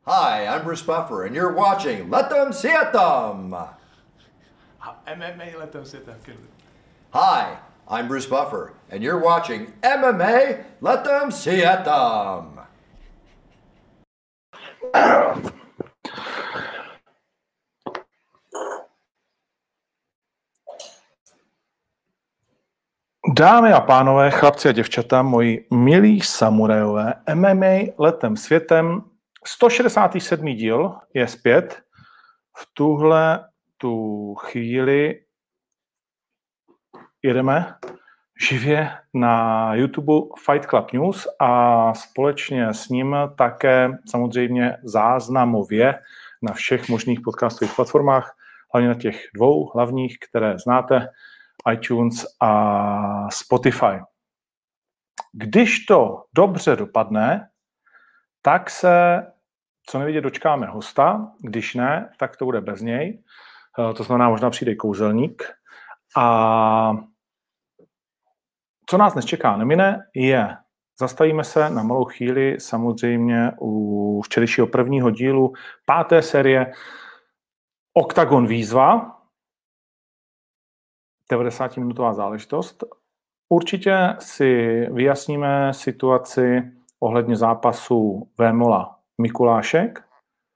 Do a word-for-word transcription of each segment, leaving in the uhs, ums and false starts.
Hi, I'm Bruce Buffer, and you're watching Let Them See It Them! M M A Let Them See It Them. Hi, I'm Bruce Buffer, and you're watching M M A Let Them See It Them! Dámy a pánové, chlapci a děvčata, moji milí samurajové, M M A letem světem, sto šedesátý sedmý díl je zpět. V tuhle tu chvíli jedeme živě na YouTube Fight Club News a společně s ním také samozřejmě záznamově na všech možných podcastových platformách, hlavně na těch dvou hlavních, které znáte, iTunes a Spotify. Když to dobře dopadne, tak se co nejvíce dočkáme hosta, když ne, tak to bude bez něj. To znamená, možná přijde kouzelník. A co nás dnes čeká nemine, je, zastavíme se na malou chvíli samozřejmě u včerejšího prvního dílu páté série Octagon výzva, devadesátiminitová záležitost. Určitě si vyjasníme situaci ohledně zápasu Vémola Mikulášek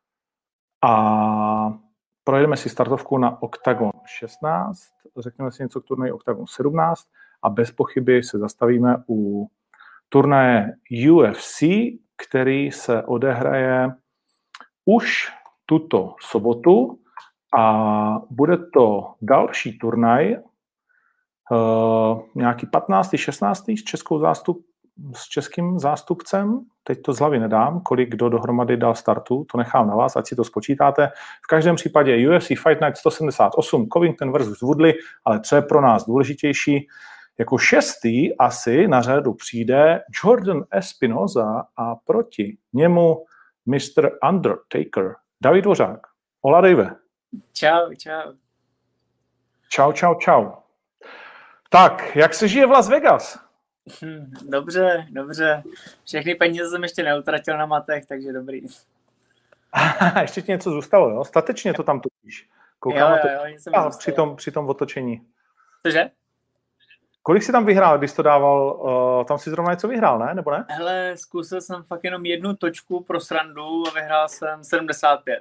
a projedeme si startovku na Octagon šestnáct, řekneme si něco k turnaji Octagon sedmnáct a bez pochyby se zastavíme u turnaje U F C, který se odehraje už tuto sobotu a bude to další turnaj, Uh, nějaký patnáctý šestnáctý s, českou zástup, s českým zástupcem. Teď to z hlavy nedám, kolik kdo dohromady dal startu, to nechám na vás, ať si to spočítáte. V každém případě U F C Fight Night sto sedmdesát osm, Covington versus Woodley, ale co je pro nás důležitější, jako šestý asi na řadu přijde Jordan Espinoza a proti němu mister Undertaker. David Dvořák. Hola, Dave. Čau, čau. Čau, čau, čau. Tak, jak se žije v Las Vegas? Hm, dobře, dobře. Všechny peníze jsem ještě neutratil na matech, takže dobrý. Ještě ti něco zůstalo, jo? Statečně to tam točíš. Koukám jo, to... jo, jo, a při tom, při tom otočení. Cože? Kolik jsi tam vyhrál, když to dával? Uh, tam si zrovna něco vyhrál, ne? Nebo ne? Hele, zkusil jsem fakt jenom jednu točku pro srandu a vyhrál jsem sedmdesát pět.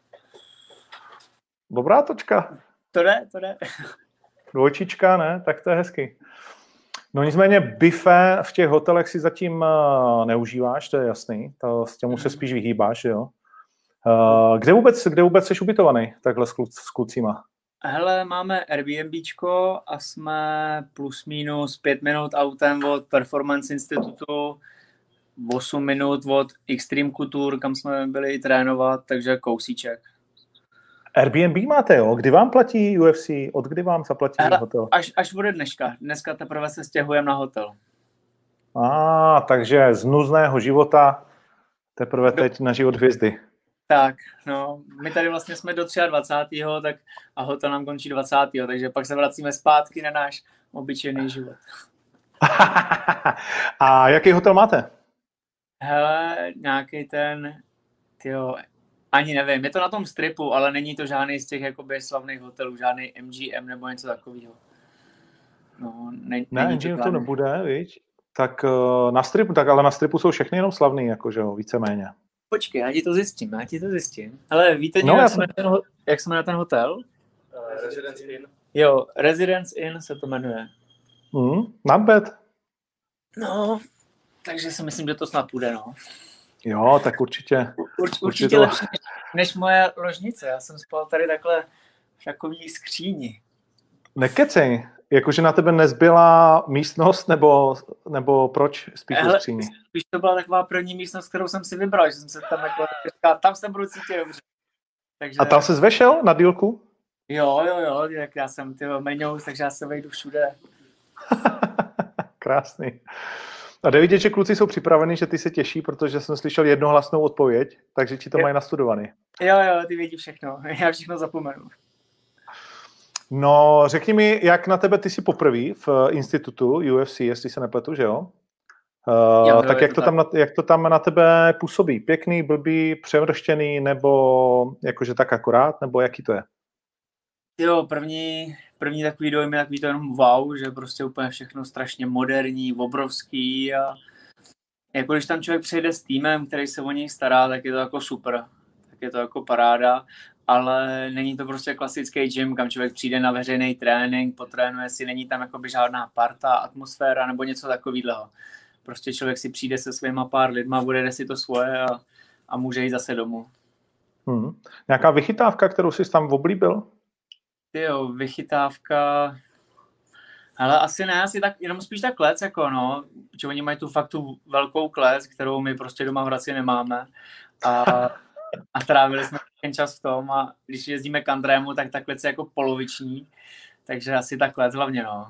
Dobrá točka. To jde, to jde. Dvojčička, ne? Tak to je hezky. No nicméně bife v těch hotelech si zatím uh, neužíváš, to je jasný. To, s těmu se spíš vyhýbáš, jo? Uh, kde vůbec, kde vůbec jsi ubytovaný takhle s, kluc, s klucíma? Hele, máme Airbnbčko a jsme plus minus pět minut autem od Performance Institutu, osm minut od Extreme Couture, kam jsme byli trénovat, takže kousíček. Airbnb máte, jo? Kdy vám platí U F C? Od kdy vám zaplatí Hele, hotel? Až, až ode dneška. Dneska teprve se stěhujeme na hotel. A, takže z nuzného života teprve teď na život hvězdy. Tak, no, my tady vlastně jsme do dvacátého třetího tak a hotel nám končí dvacátého takže pak se vracíme zpátky na náš obyčejný život. A jaký hotel máte? Hele, nějaký ten, tyjo, ani nevím, je to na tom stripu, ale není to žádný z těch jakoby slavných hotelů, žádný M G M nebo něco takového. No, ne, ne, není M G M to, to nebude, viď? Tak na stripu, tak ale na stripu jsou všechny jenom slavný, jakože jo, víceméně. Počkej, já ti to zjistím, já ti to zjistím. Ale víte, no, jak, jsem... jsme ten, jak jsme na ten hotel? Uh, Residence Inn. Jo, Residence Inn se to jmenuje. Mm, not bad. No, takže si myslím, že to snad půjde, no. Jo, tak určitě. Ur, určitě určitě lepší než, než moje ložnice. Já jsem spal tady takhle v takový skříni. Nekecej. Jakože na tebe nezbyla místnost, nebo, nebo proč spíš ve skříni? Spíš to byla taková první místnost, kterou jsem si vybral, že jsem se tam jako říkal, tam se budu cítit dobře. Takže... A tam se zvešel na dílku? Jo, jo, jo, tak já jsem tyho meňous, takže já se vejdu všude. Krásný. A jde vidět, že kluci jsou připraveni, že ty se těší, protože jsem slyšel jednohlasnou odpověď, takže ti to jo. mají nastudovaný. Jo, jo, ty vědí všechno. Já všechno zapomenu. No, řekni mi, jak na tebe ty jsi poprvé v institutu U F C, jestli se nepletu, že jo? Uh, Jo, tak je jak to to, tak. tam na, jak to tam na tebe působí? Pěkný, blbý, přemrštěný, nebo jakože tak akorát, nebo jaký to je? Jo, první, první takový dojem je takový to jenom wow, že prostě úplně všechno strašně moderní, obrovský a jako když tam člověk přijde s týmem, který se o něj stará, tak je to jako super, tak je to jako paráda, ale není to prostě klasický gym, kam člověk přijde na veřejný trénink, potrénuje si, není tam jakoby žádná parta, atmosféra nebo něco takového. Prostě člověk si přijde se svýma pár lidma, odjede si to svoje a, a může jít zase domů. Hmm. Nějaká vychytávka, kterou jsi tam oblíbil? Jo, vychytávka... Ale asi ne, asi tak, jenom spíš ta klec, jako no, že oni mají tu fakt tu velkou klec, kterou my prostě doma v Hradci nemáme a, a trávili jsme ten čas v tom a když jezdíme k Andrému, tak ta klec je jako poloviční, takže asi ta klec hlavně, no.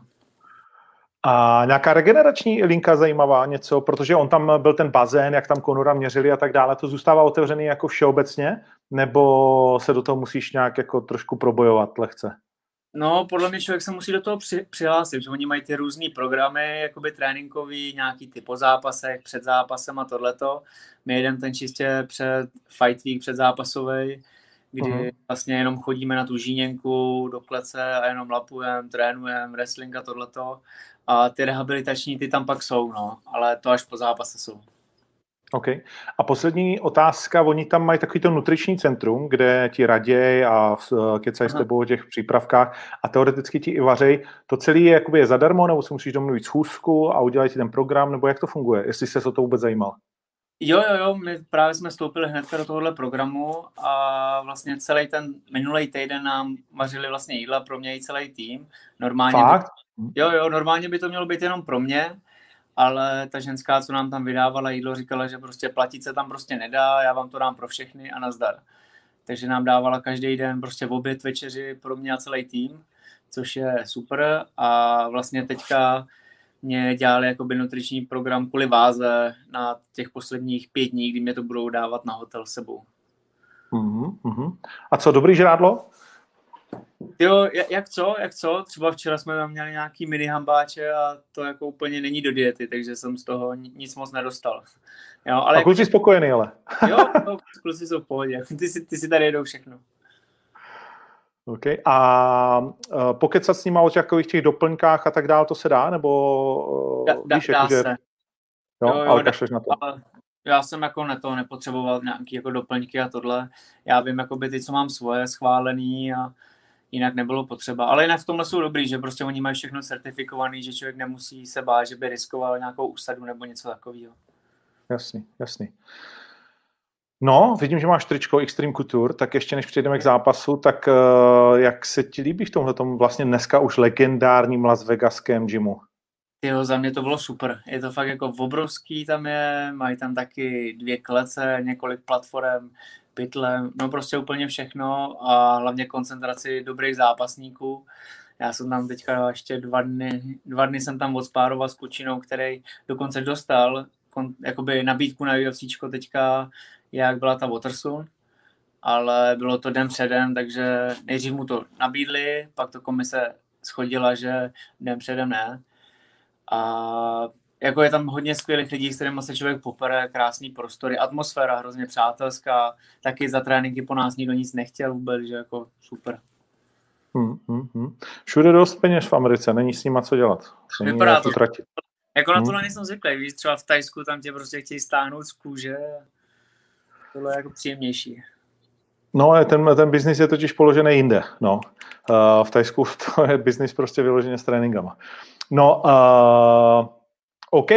A nějaká regenerační linka zajímavá něco, protože on tam byl ten bazén, jak tam Conora měřili a tak dále, to zůstává otevřený jako všeobecně, nebo se do toho musíš nějak jako trošku probojovat lehce? No, podle mě člověk se musí do toho při, přihlásit, že oni mají ty různý programy, jakoby tréninkový, nějaký ty po zápasech, před zápasem a tohleto. My jedeme ten čistě před Fight Week, před zápasovej, kdy uh-huh. vlastně jenom chodíme na tu žíněnku do klece a jenom lapujeme, trénujeme, wrestling a tohleto. A ty rehabilitační, ty tam pak jsou, no, ale to až po zápase jsou. OK. A poslední otázka, oni tam mají takovýto nutriční centrum, kde ti raděj a kecají s tebou o těch přípravkách a teoreticky ti i vařej. To celé je jakoby je zadarmo, nebo si musíš domluvit schůzku a udělat ti ten program, nebo jak to funguje, jestli jsi se o to vůbec zajímal? Jo, jo, jo, my právě jsme vstoupili hnedka do tohohle programu a vlastně celý ten minulý týden nám vařili vlastně jídla pro mě i celý tým. Normálně Fakt? By, jo, jo, normálně by to mělo být jenom pro mě, ale ta ženská, co nám tam vydávala jídlo, říkala, že prostě platit se tam prostě nedá, já vám to dám pro všechny a nazdar. Takže nám dávala každý den prostě v oběd, večeři pro mě a celý tým, což je super a vlastně teďka mě dělali jakoby nutriční program kvůli váze na těch posledních pět dní, kdy mě to budou dávat na hotel sebou. Mm-hmm, mm-hmm. A co, dobrý žrádlo? Jo, jak co, jak co? Třeba včera jsme tam měli nějaký mini hambáče a to jako úplně není do diety, takže jsem z toho nic moc nedostal. Jo, ale a kluci jako... spokojený, ale. Jo, jo, kluci jsou v pohodě. Ty si, ty si tady jedou všechno. OK. A uh, pokecat s nima o takových těch doplňkách a tak dále, to se dá? Nebo uh, da, víš, dá jako, se. Že... Jo, jo, ale kašleš na to. Ale já jsem jako na to nepotřeboval nějaký jako doplňky a tohle. Já vím jakoby ty, co mám svoje schválený a jinak nebylo potřeba. Ale jinak v tomhle jsou dobrý, že prostě oni mají všechno certifikovaný, že člověk nemusí se bát, že by riskoval nějakou úsadu nebo něco takového. Jasný, jasný. No, vidím, že máš tričko Extreme Couture, tak ještě než přejdeme k zápasu, tak uh, jak se ti líbí v tomhletom vlastně dneska už legendárním Las Vegaském gymu? Jo, za mě to bylo super. Je to fakt jako obrovský tam je, mají tam taky dvě klece, několik platform, pytle, no prostě úplně všechno a hlavně koncentraci dobrých zápasníků. Já jsem tam teďka ještě dva dny, dva dny jsem tam odspároval s Kučinou, který dokonce dostal kon, jakoby nabídku na UFCčko teďka, jak byla ta Watersoon, ale bylo to den předem, takže nejdřív mu to nabídli, pak to komise shodila, že den předem ne. A jako je tam hodně skvělých lidí, s kterými se člověk popere, krásný prostory, atmosféra hrozně přátelská, taky za tréninky po nás nikdo nic nechtěl vůbec, že jako super. Hmm, hmm, hmm. Všude dost peněz v Americe, není s nima co dělat. Není Vypadá to. Tratit. Jako na hmm. tohle nejsem zvyklý, víš, třeba v Thajsku tam tě prostě chtějí stáhnout z kůže, tohle je jako příjemnější. No, ten, ten biznis je totiž položený jinde, no. Uh, v Thajsku to je biznis prostě vyloženě s tréninkama. No, uh, OK.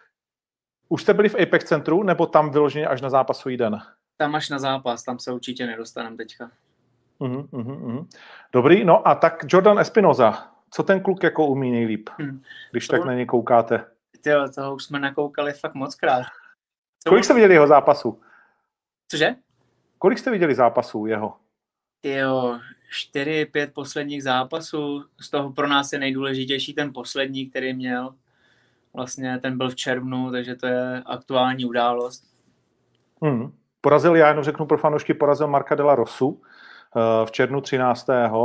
Už jste byli v Apex centru, nebo tam vyloženě až na zápasový den? Tam až na zápas, tam se určitě nedostaneme teďka. Uh-huh, uh-huh. Dobrý, no a tak Jordan Espinoza, co ten kluk jako umí nejlíp, hmm. když to... tak na něj koukáte? Tyjo, toho už jsme nakoukali fakt moc krát. Co Kolik jste viděli jeho zápasů? Cože? Kolik jste viděli zápasů jeho? Jo, čtyři, pět posledních zápasů, z toho pro nás je nejdůležitější ten poslední, který měl. Vlastně ten byl v červnu, takže to je aktuální událost. Hmm. Porazil, já jenom řeknu pro fanoušky, porazil Marka de la Rosu v červnu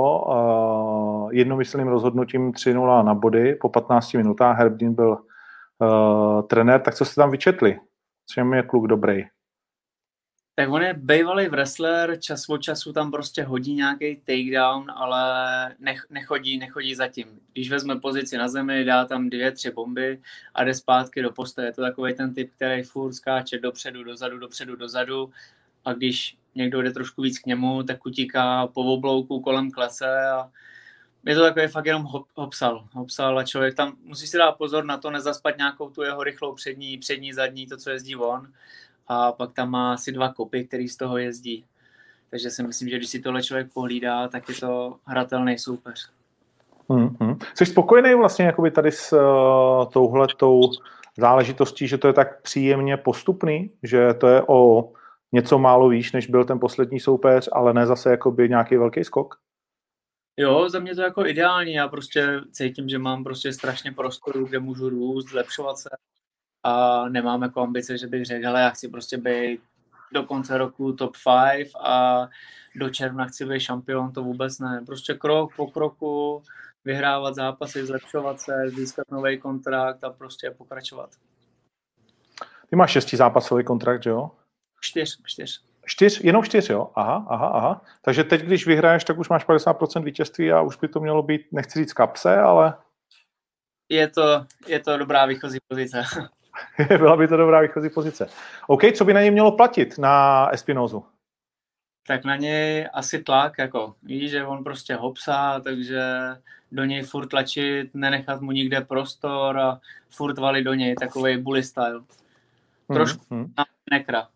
třináctého jednomyslným rozhodnutím tři nula na body po patnácti minutách. Herb Dean byl uh, trenér, tak co jste tam vyčetli? Čem je kluk dobrý? Tak on je bývalý wrestler, čas od času tam prostě hodí nějaký takedown, ale nech, nechodí, nechodí zatím. Když vezme pozici na zemi, dá tam dvě, tři bomby a jde zpátky do postoje. Je to takový ten typ, který furt skáče dopředu, dozadu, dopředu, dozadu a když někdo jde trošku víc k němu, tak utíká po oblouku kolem klece a je to takový fakt jenom hop, hopsal. Hopsal a člověk tam musí si dát pozor na to, nezaspat nějakou tu jeho rychlou přední, přední, zadní, to, co jezdí on. A pak tam má asi dva kopy, který z toho jezdí. Takže si myslím, že když si tohle člověk pohlídá, tak je to hratelný soupeř. Mm-hmm. Jsi spokojený vlastně jakoby tady s uh, touhletou záležitostí, že to je tak příjemně postupný, že to je o něco málo výš, než byl ten poslední soupeř, ale ne zase jakoby nějaký velký skok? Jo, za mě to jako ideální. Já prostě cítím, že mám prostě strašně prostoru, kde můžu růst, zlepšovat se. A nemám jako ambice, že bych řekl, hele, já chci prostě být do konce roku top pět a do června chci být šampion, to vůbec ne. Prostě krok po kroku, vyhrávat zápasy, zlepšovat se, získat nový kontrakt a prostě pokračovat. Ty máš šestizápasový kontrakt, že jo? Čtyř, čtyř. Čtyř, jenom čtyř, jo? Aha, aha, aha. Takže teď, když vyhraješ, tak už máš padesát procent vítězství a už by to mělo být, nechci říct kapse, ale... Je to, je to dobrá výchozí pozice. Byla by to dobrá výchozí pozice. OK, co by na něj mělo platit, na Espinosu? Tak na něj asi tlak, jako víš, že on prostě hopsá, takže do něj furt tlačit, nenechat mu nikde prostor a furt valit do něj, takovej bully style. Trošku hmm, hmm. nekra.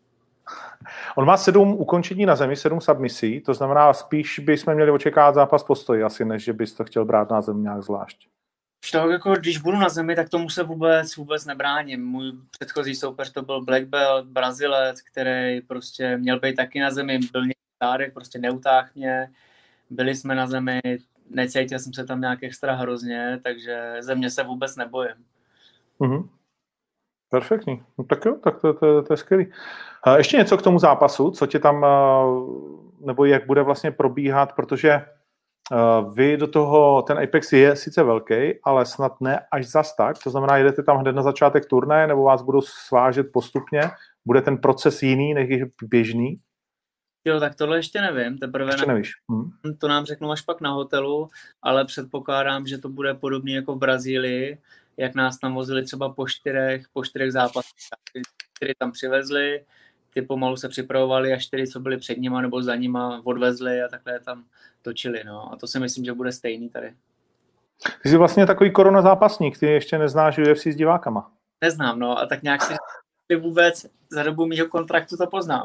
On má sedm ukončení na zemi, sedm submisí, to znamená spíš bychom měli očekávat zápas postoji asi, než že bys to chtěl brát na zem nějak zvlášť. Tak jako, když budu na zemi, tak tomu se vůbec, vůbec nebráním. Můj předchozí soupeř to byl Black Belt, Brazilec, který prostě měl být taky na zemi, byl někdy stárek, prostě neutáhl mě. Byli jsme na zemi, necítil jsem se tam nějak extra hrozně, takže země se vůbec nebojím. Mm-hmm. Perfektní. No tak jo, tak to, to, to je skvělý. A ještě něco k tomu zápasu, co tě tam, nebo jak bude vlastně probíhat, protože Uh, vy do toho, ten Apex je sice velký, ale snad ne až zas tak, to znamená, jedete tam hned na začátek turnaje, nebo vás budou svážet postupně, bude ten proces jiný, než je běžný? Jo, tak tohle ještě nevím, teprve ještě nevíš. Hm. To nám řeknu až pak na hotelu, ale předpokládám, že to bude podobně jako v Brazílii, jak nás tam vozili třeba po čtyřech, po čtyřech zápasech, kteří tam přivezli, ty pomalu se připravovali a čtyři, co byli před nima nebo za nima, odvezli a takhle tam točili. No. A to si myslím, že bude stejný tady. Ty jsi vlastně takový korona zápasník, ty ještě neznáš U F C s divákama. Neznám, no a tak nějak si vůbec za dobu mýho kontraktu to poznám.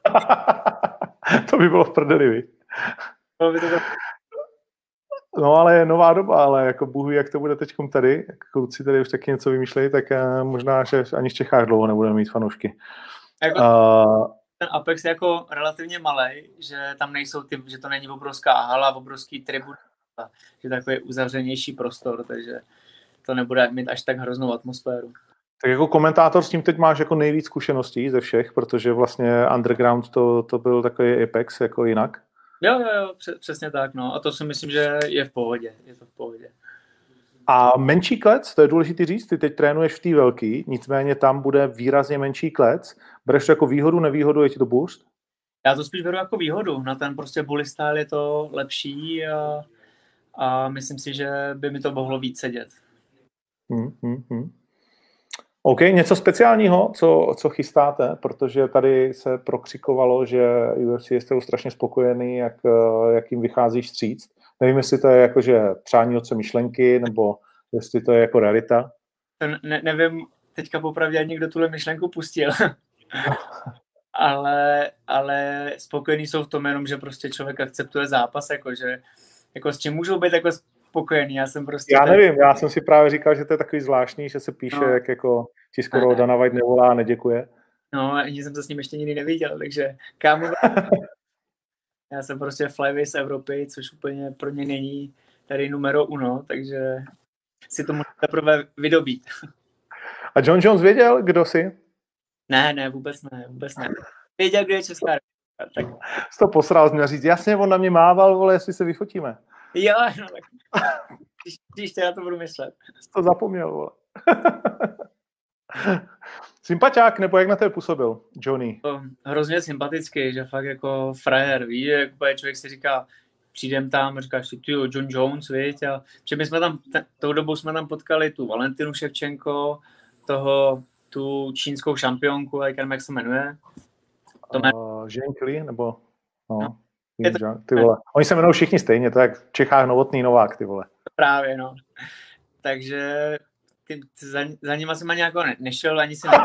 To by bylo v prdeli, vi. To by to bylo... No ale je nová doba, ale jako bůh, jak to bude teďkom tady, kluci tady už taky něco vymýšlejí, tak možná, že ani v Čechách dlouho nebudeme mít fanoušky. Jako, uh, ten Apex je jako relativně malej, že tam nejsou ty, že to není obrovská hala, obrovský tribun, že takový uzavřenější prostor, takže to nebude mít až tak hroznou atmosféru. Tak jako komentátor s tím teď máš jako nejvíc zkušeností ze všech, protože vlastně Underground to, to byl takový Apex jako jinak. Jo, jo, jo, přesně tak, no. A to si myslím, že je v pohodě, je to v pohodě. A menší klec, to je důležité říct, ty teď trénuješ v té velký, nicméně tam bude výrazně menší klec. Bereš to jako výhodu, nevýhodu, je ti to boost? Já to spíš beru jako výhodu, na ten prostě bully style je to lepší a, a myslím si, že by mi to mohlo víc sedět. Hmm, hmm, hmm. OK, něco speciálního, co, co chystáte, protože tady se prokřikovalo, že U F C je s tebou strašně spokojený, jak, jak jim vycházíš vstříc. Nevím, jestli to je jako, že přání otce myšlenky, nebo jestli to je jako realita. Ne, nevím teďka popravdě ani kdo tuhle myšlenku pustil. ale, ale spokojení jsou v tom jenom, že prostě člověk akceptuje zápas, jako, že, jako s čím můžou být jako spokojený. Já jsem prostě... Já nevím, já jsem si právě říkal, že to je takový zvláštní, že se píše, no. Jak jako ti skoro Dana White nevolá a neděkuje. No, ani jsem se s ním ještě nikdy neviděl, takže kámo... Já jsem prostě flyway z Evropy, což úplně pro mě není tady numero uno, takže si to můžete teprve vydobít. A John Jones věděl, kdo jsi? Ne, ne, vůbec ne, vůbec ne. Věděl, kdo je Česká republika. Tak... Jsi to posral, měl říct, jasně, on na mě mával, vole, jestli se vyfotíme. Jo, no tak. Když, když teda to budu myslet. Jsi to zapomněl, vole. Sympatiák, nebo jak na tebe působil Johnny? Hrozně sympatický, že fakt jako frajer, víš, jak člověk si říká, přijdem tam, říkáš si, ty John Jones, víš, a že my jsme tam, t- tou dobou jsme tam potkali tu Valentinu Ševčenko, toho, tu čínskou šampionku, jak nevím, jak se jmenuje. To jmen... uh, Zheng Li, nebo, no, no. To... ty vole. Oni se jmenují všichni stejně, to je jak v Čechách Novotný Novák, ty vole. Právě, no. Takže ty, ty za, za nima jsem ani jako ne, nešel, ani si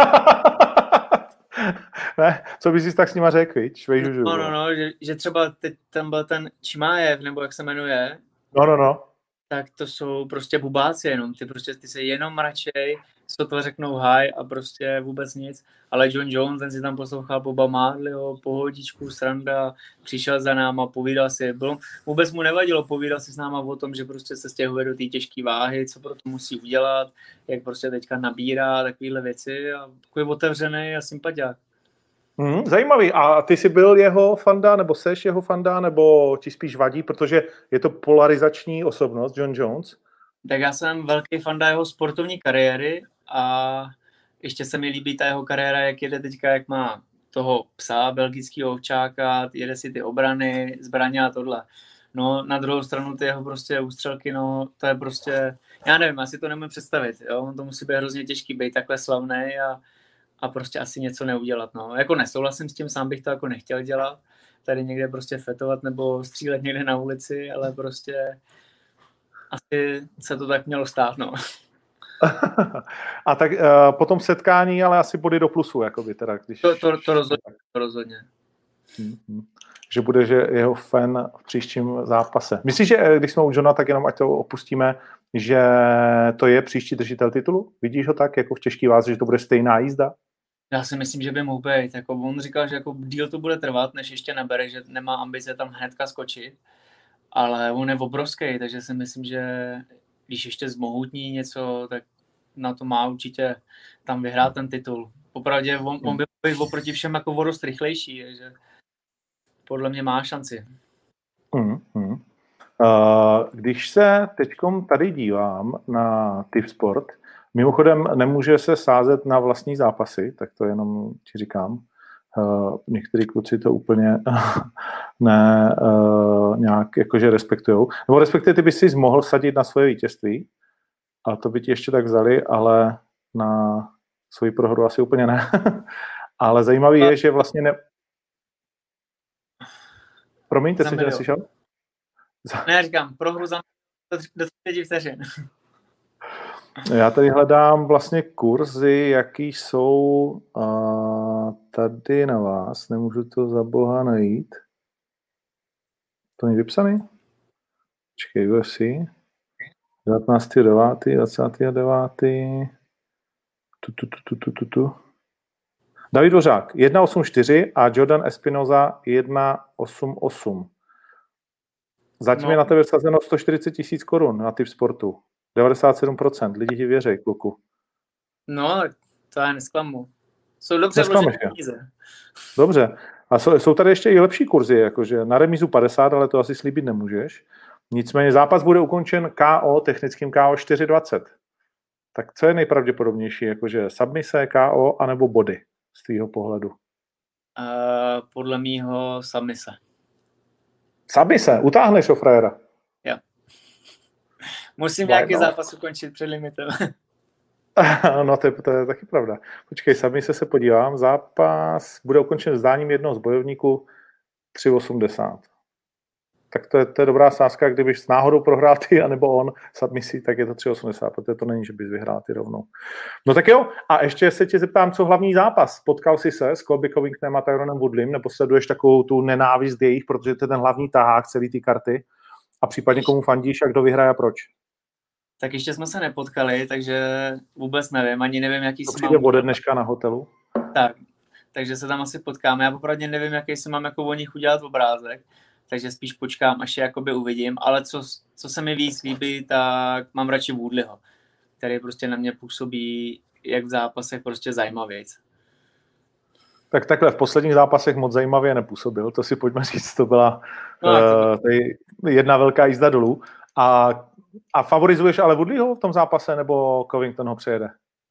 ne, co bys si tak s nima řekl, víš? No, no, no, že, že třeba teď tam byl ten Čimájev, nebo jak se jmenuje. No, no, no. Tak to jsou prostě bubáci jenom, ty prostě ty se jenom mračej, sotva řeknou hi a prostě vůbec nic, ale John Jones, ten si tam poslouchal Boba Marleyho, pohodičku, sranda, přišel za náma, povídal si, bylo, vůbec mu nevadilo, povídal si s náma o tom, že prostě se stěhuje do té těžké váhy, co pro to musí udělat, jak prostě teďka nabírá takovéhle věci a takový otevřený a sympatiák. Hmm, zajímavý. A ty jsi byl jeho fanda, nebo seš jeho fanda, nebo ti spíš vadí, protože je to polarizační osobnost, John Jones? Tak já jsem velký fanda jeho sportovní kariéry a ještě se mi líbí ta jeho kariéra, jak jede teďka, jak má toho psa, belgického ovčáka, jede si ty obrany, zbraně a tohle. No na druhou stranu ty jeho prostě ústřelky, no to je prostě, já nevím, asi to nemůžu představit, jo? On to musí být hrozně těžký, být takhle slavný a a prostě asi něco neudělat, no. Jako nesouhlasím s tím, sám bych to jako nechtěl dělat, tady někde prostě fetovat nebo střílet někde na ulici, ale prostě asi se to tak mělo stát, no. A tak uh, po tom setkání, ale asi body do plusu, jakoby teda, když... To, to, to rozhodně, to rozhodně. Hmm. Že bude, že jeho fan v příštím zápase. Myslíš, že když jsme u Johna, tak jenom ať to opustíme, že to je příští držitel titulu? Vidíš ho tak, jako v těžký váze, že to bude stejná jízda? Já si myslím, že by mohl být. Jako on říkal, že jako díl to bude trvat, než ještě nabere, že nemá ambice tam hnedka skočit, ale on je obrovský, takže si myslím, že když ještě zmohutní něco, tak na to má určitě tam vyhrát ten titul. Popravdě on, on by byl oproti všem jako o dost rychlejší, takže podle mě má šanci. Hmm, hmm. Uh, když se teďkom tady dívám na Tipsport, mimochodem nemůže se sázet na vlastní zápasy, tak to jenom ti říkám. Uh, některý kluci to úplně ne uh, nějak jakože respektujou. Nebo respektive ty bys si mohl sadit na svoje vítězství a to by ti ještě tak vzali, ale na svoji prohru asi úplně ne. Ale zajímavý je, že vlastně ne... Promiňte, jsem tě neslyšel? Ne, já říkám, prohru za do třiceti vteřin. Já tady hledám vlastně kurzy, jaký jsou a tady na vás. Nemůžu to za boha najít. To není vypsaný? Počkej, U F C. devatenáctého devátého dvacátého devátého Tu, tu, tu, tu, tu, tu, tu. David Dvořák jedna osm čtyři a Jordan Espinoza jedna osm osm. Zatím no. Je na tebe vsazeno sto čtyřicet tisíc korun na Tipsportu. devadesát sedm procent lidí ti věří, kluku. No, to já nesklamu. Jsou dobře vložené peníze. Dobře. A jsou, jsou tady ještě i lepší kurzy, jakože na remízu padesát, ale to asi slíbit nemůžeš. Nicméně zápas bude ukončen K O, technickým K O čtyři dvacet. Tak co je nejpravděpodobnější, jakože submise, K O, anebo body z tvýho pohledu? Uh, podle mýho submise. Submise? Utáhneš o frajera? Jo. Musím nějaký no. zápas ukončit před limitem. No to je, to je taky pravda. Počkej, submise se podívám. Zápas bude ukončen vzdáním jednoho z bojovníků tři osmdesát. Tak to je, to je dobrá sázka, kdybyš s náhodou prohrál ty, anebo on submisí, tak je to tři osmdesát, protože to není, že bys vyhrál ty rovnou. No tak jo, a ještě se tě zeptám, co hlavní zápas? Potkal jsi se s Colby Covingtonem a Tyronem Woodleym, nebo sleduješ takovou tu nenávist jejich, protože to je ten hlavní tahák celý ty karty a případně komu fandíš a kdo vyhraje a proč? Tak ještě jsme se nepotkali, takže vůbec nevím, ani nevím, jaký to si přijde mám... ode dneška na hotelu. Tak, takže se tam asi potkáme. Já popravdě nevím, jaký si mám jako o nich udělat obrázek, takže spíš počkám, až je jakoby uvidím, ale co, co se mi víc líbí, tak mám radši Woodleyho, který prostě na mě působí jak v zápasech prostě zajímavějc. Tak takhle, v posledních zápasech moc zajímavě nepůsobil, to si pojďme říct, to byla no, uh, jedna velká jízda dolů. A A favorizuješ ale Woodleyho v tom zápase, nebo Covington ho přejede?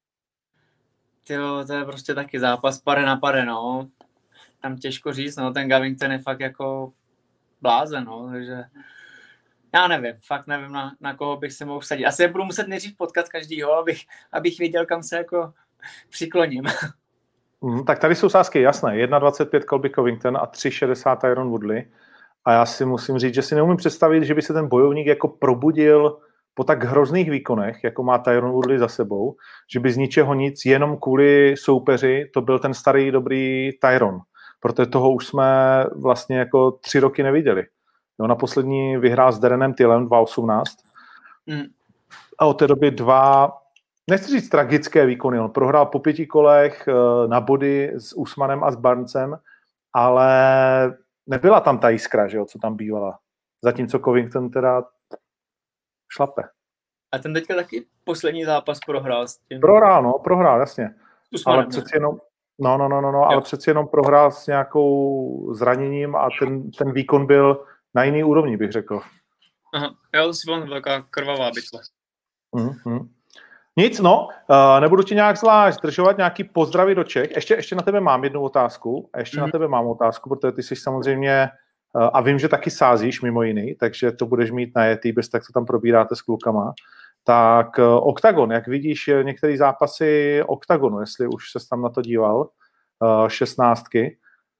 Tyjo, to je prostě taky zápas pade na pade, no. Tam těžko říct, no, ten Covington je fakt jako blázen, no, takže já nevím, fakt nevím, na, na koho bych se mohl vsadit. Asi budu muset nejdřív potkat každýho, abych, abych věděl, kam se jako přikloním. Mm, tak tady jsou sázky jasné. jedna dvacet pět Colby Covington a tři šedesát Tyron Woodley. A já si musím říct, že si neumím představit, že by se ten bojovník jako probudil po tak hrozných výkonech, jako má Tyron Woodley za sebou, že by z ničeho nic, jenom kvůli soupeři, to byl ten starý dobrý Tyron. Protože toho už jsme vlastně jako tři roky neviděli. Jo, na poslední vyhrál s Darrenem Tillem dva osmnáct. Mm. A od té doby dva, nechci říct tragické výkony, on prohrál po pěti kolech na body s Usmanem a s Barnesem, ale nebyla tam ta jiskra, že jo, co tam bývala. Zatímco Covington teda šlape. A ten teďka taky poslední zápas prohrál s tím. Prohrál, no, prohrál, jasně. Usmanem, ale přeci jenom, no, no, no, no, no ale přeci jenom prohrál s nějakou zraněním a ten, ten výkon byl na jiný úrovni, bych řekl. Aha, já to si mám taková krvavá bitva. Mm-hmm. Nic, no, uh, nebudu ti nějak zvlášť zdržovat, nějaký pozdravy do Čech. Ještě, ještě na tebe mám jednu otázku, a ještě mm. na tebe mám otázku, protože ty jsi samozřejmě, uh, a vím, že taky sázíš mimo jiný, takže to budeš mít najetý, bez tak to tam probíráte s klukama. Tak uh, Octagon, jak vidíš některé zápasy Octagonu, jestli už ses tam na to díval, uh, šestnáctky,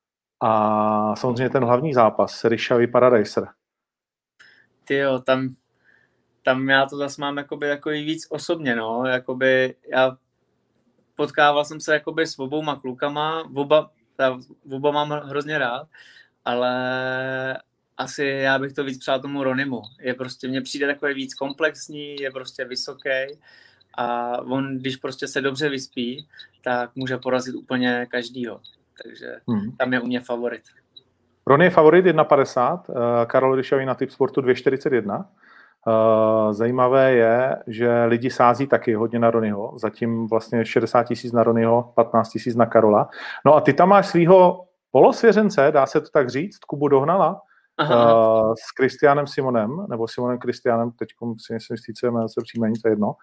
a samozřejmě ten hlavní zápas, Rishavy Paradiser. Tyjo, tam tam já to zase mám jakoby takový víc osobně, no, jakoby já potkával jsem se jakoby s obouma klukama, oba, ta, oba mám hrozně rád, ale asi já bych to víc přál tomu Ronimu. Je prostě, mně přijde takový víc komplexní, je prostě vysoký a on, když prostě se dobře vyspí, tak může porazit úplně každýho, takže hmm. tam je u mě favorit. Ronny je favorit jedna padesát, Karol Rishavy na Tipsportu dvě čtyřicet jedna. Zajímavé je, že lidi sází taky hodně na Ronnyho, zatím vlastně šedesát tisíc na Ronnyho, patnáct tisíc na Karola. No a ty tam máš svýho polosvěřence, dá se to tak říct, Kubu Dohnala, uh, s Kristiánem Simonem, nebo Simonem Kristiánem, teď si myslím, že se jmenuje příjmení, to je jedno,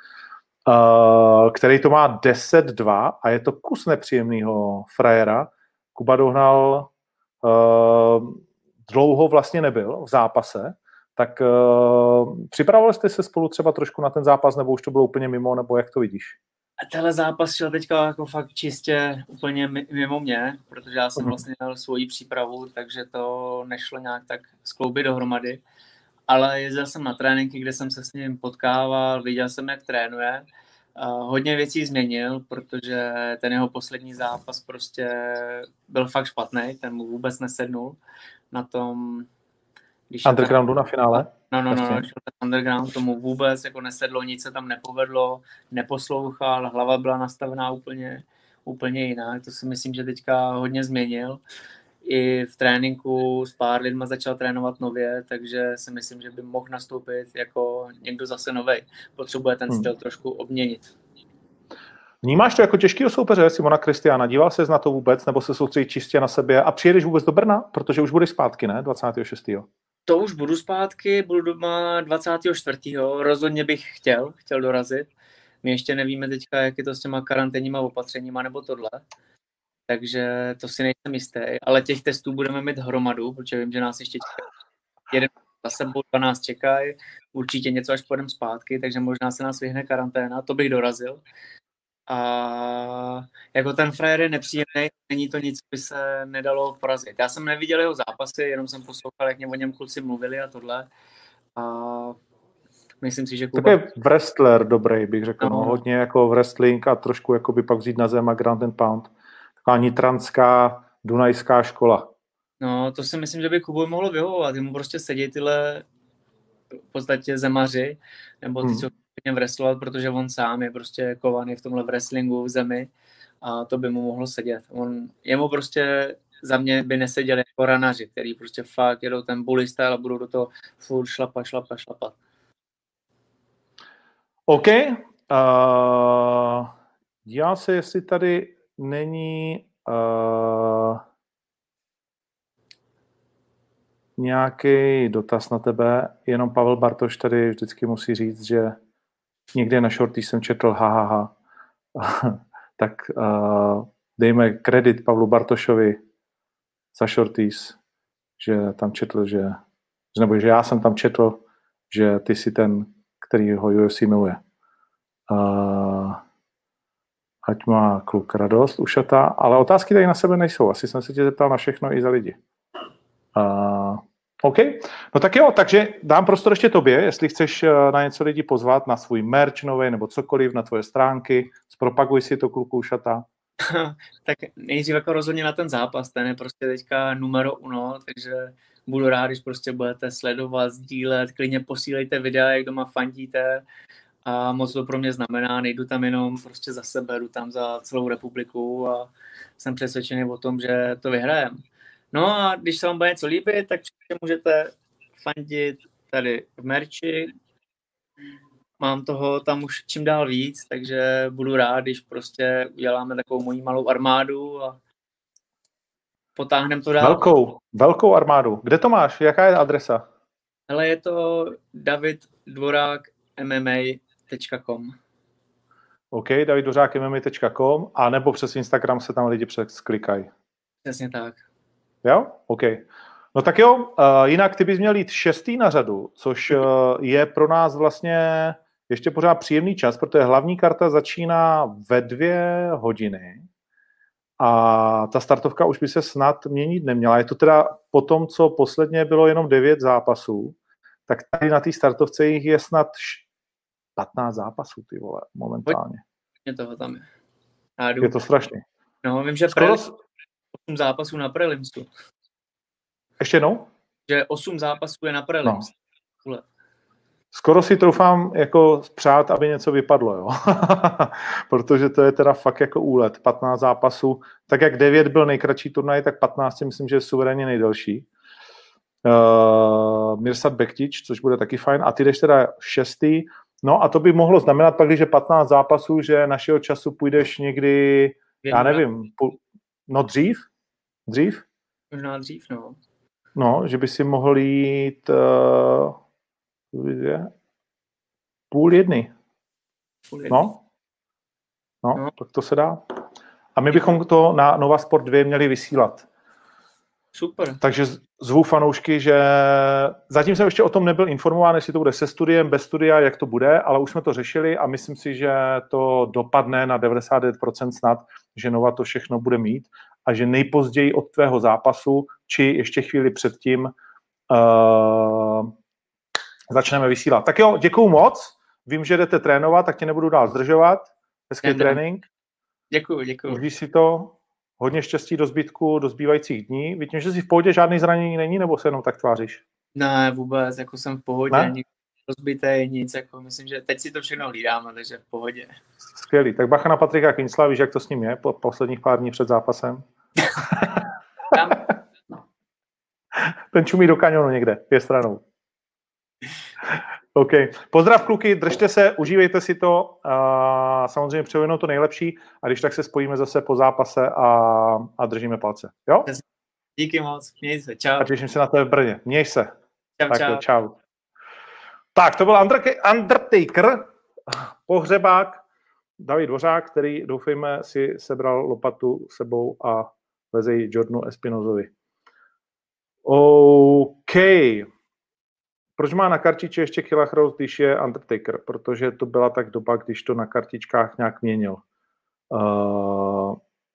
uh, který to má deset dva a je to kus nepříjemného frajera. Kuba Dohnal uh, dlouho vlastně nebyl v zápase. Tak uh, připravovali jste se spolu třeba trošku na ten zápas, nebo už to bylo úplně mimo, nebo jak to vidíš? A tenhle zápas šel teďka jako fakt čistě úplně mimo mě, protože já jsem vlastně měl svoji přípravu, takže to nešlo nějak tak skloubit dohromady. Ale jezdil jsem na tréninky, kde jsem se s ním potkával, viděl jsem, jak trénuje. Uh, hodně věcí změnil, protože ten jeho poslední zápas prostě byl fakt špatný, ten mu vůbec nesednul na tom... Když undergroundu na finále? No, no, no, no, underground tomu vůbec jako nesedlo, nic se tam nepovedlo, neposlouchal, hlava byla nastavená úplně, úplně jinak. To si myslím, že teďka hodně změnil. I v tréninku s pár lidma začal trénovat nově, takže si myslím, že by mohl nastoupit jako někdo zase novej. Potřebuje ten styl hmm. trošku obměnit. Vnímáš to jako těžkýho soupeře Simona Kristiána? Díval ses na to vůbec, nebo se soustředí čistě na sebe a přijedeš vůbec do Brna? Protože už budeš zpátky, ne? dvacátého šestého To už budu zpátky, budu doma dvacátého čtvrtého Rozhodně bych chtěl, chtěl dorazit. My ještě nevíme teďka, jak je to s těma karanténníma opatřeníma nebo tohle. Takže to si nejsem jistý. Ale těch testů budeme mít hromadu, protože vím, že nás ještě čekají. Jeden za sebou, dva nás čekají. Určitě něco, až půjdeme zpátky, takže možná se nás vyhne karanténa. To bych dorazil. A jako ten frajer je nepříjemný, není to nic, by se nedalo porazit. Já jsem neviděl jeho zápasy, jenom jsem poslouchal, jak mě o něm kluci mluvili a tohle. A myslím si, že Kuba... Takový wrestler dobrý, bych řekl. No. No, hodně jako wrestling a trošku jako by pak vzít na zem a ground and pound. Taková nitranská, dunajská škola. No, to si myslím, že by Kubu mohlo vyhovovat. Jemu prostě sedí tyhle v podstatě zemaři, nebo ty, hmm. co wrestlovat, protože on sám je prostě kovaný v tomhle wrestlingu v zemi a to by mu mohlo sedět. On, jemu prostě za mě by neseděl jako ranaři, který prostě fakt jedou ten bully style a budou do toho furt šlapat, šlapat, šlapat. OK. Uh, dívám se, jestli tady není uh, nějaký dotaz na tebe, jenom Pavel Bartoš tady vždycky musí říct, že někde na Shorty jsem četl ha, ha, ha. Tak uh, dejme kredit Pavlu Bartošovi za Shorties, že tam četl, že, nebo že já jsem tam četl, že ty jsi ten, který ho U F C miluje. Uh, ať má kluk radost, ušatá, ale otázky tady na sebe nejsou. Asi jsem se tě zeptal na všechno i za lidi. Uh, OK, no tak jo, takže dám prostor ještě tobě, jestli chceš na něco lidi pozvat, na svůj merch nový nebo cokoliv, na tvoje stránky, zpropaguj si to, kluku ušatá. Tak nejdřív jako rozhodně na ten zápas, ten je prostě teďka numero uno, takže budu rád, když prostě budete sledovat, sdílet, klidně posílejte videa, jak doma fandíte a moc to pro mě znamená, nejdu tam jenom prostě za sebe, jdu tam za celou republiku a jsem přesvědčený o tom, že to vyhrajeme. No a když se vám bude něco líbit, tak přesně můžete fandit tady v merči. Mám toho tam už čím dál víc, takže budu rád, když prostě uděláme takovou moji malou armádu a potáhneme to dál. Velkou, velkou armádu. Kde to máš? Jaká je adresa? Hele, je to david dvorák m m a tečka com. OK, david dvořák m m a tečka com a nebo přes Instagram se tam lidi přesklikají. Přesně tak. Jo? OK. No tak jo, uh, jinak ty bys měl jít šestý na řadu, což uh, je pro nás vlastně ještě pořád příjemný čas, protože hlavní karta začíná ve dvě hodiny a ta startovka už by se snad měnit neměla. Je to teda po tom, co posledně bylo jenom devět zápasů, tak tady na té startovce jich je snad patnáct zápasů, ty vole, momentálně. Je toho tam je. Je to strašný. No, vím, že Skoro... osm zápasů na prelimsu. Ještě jednou? Že osm zápasů je na prelims. No. Skoro si troufám jako přát, aby něco vypadlo, jo. Protože to je teda fakt jako úlet. patnáct zápasů. Tak jak devět byl nejkratší turnaj, tak patnáct si myslím, že je suverénně nejdelší. Uh, Mirsad Bektič, což bude taky fajn. A ty jdeš teda šestý. No a to by mohlo znamenat pak, když je patnáct zápasů, že našeho času půjdeš někdy, já nevím, půl, no dřív? Dřív? Možná dřív, no. No, že by si mohl jít uh, půl jedny. Půl jedny. No. no, no, tak to se dá. A my bychom to na Nova Sport dva měli vysílat. Super. Takže zvu fanoušky, že zatím jsem ještě o tom nebyl informován, jestli to bude se studiem, bez studia, jak to bude, ale už jsme to řešili a myslím si, že to dopadne na devadesát devět procent snad, že Nova to všechno bude mít a že nejpozději od tvého zápasu, či ještě chvíli předtím uh, začneme vysílat. Tak jo, děkuju moc. Vím, že jdete trénovat, tak tě nebudu dál zdržovat. Hezký Jdem. trénink. Děkuju, děkuju. Užij si to. Hodně štěstí do zbytku, do zbývajících dní. Vidím, že jsi v pohodě, žádný zranění není, nebo se jenom tak tváříš? Ne, vůbec, jako jsem v pohodě, ne? Nic rozbité, nic, jako myslím, že teď si to všechno hlídáme, takže v pohodě. Skvělý, tak bacha na Patrika Kincla, víš, jak to s ním je po posledních pár dní před zápasem? Tam... Ten čumí do kanionu někde, je stranou. OK. Pozdrav kluky, držte se, užívejte si to, a samozřejmě přeju to nejlepší a když tak se spojíme zase po zápase a, a držíme palce. Jo? Díky moc, měj se, čau. A těším se na tebe v Brně, měj se. Čau, tak čau. Jo, čau. Tak, to byl Undertaker, pohřebák, David Dvořák, který doufejme si sebral lopatu sebou a veze ji Jordanu Espinozovi. OK. Proč má na kartiči ještě Killa Rose, když je Undertaker? Protože to byla tak doba, když to na kartičkách nějak měnil. Uh...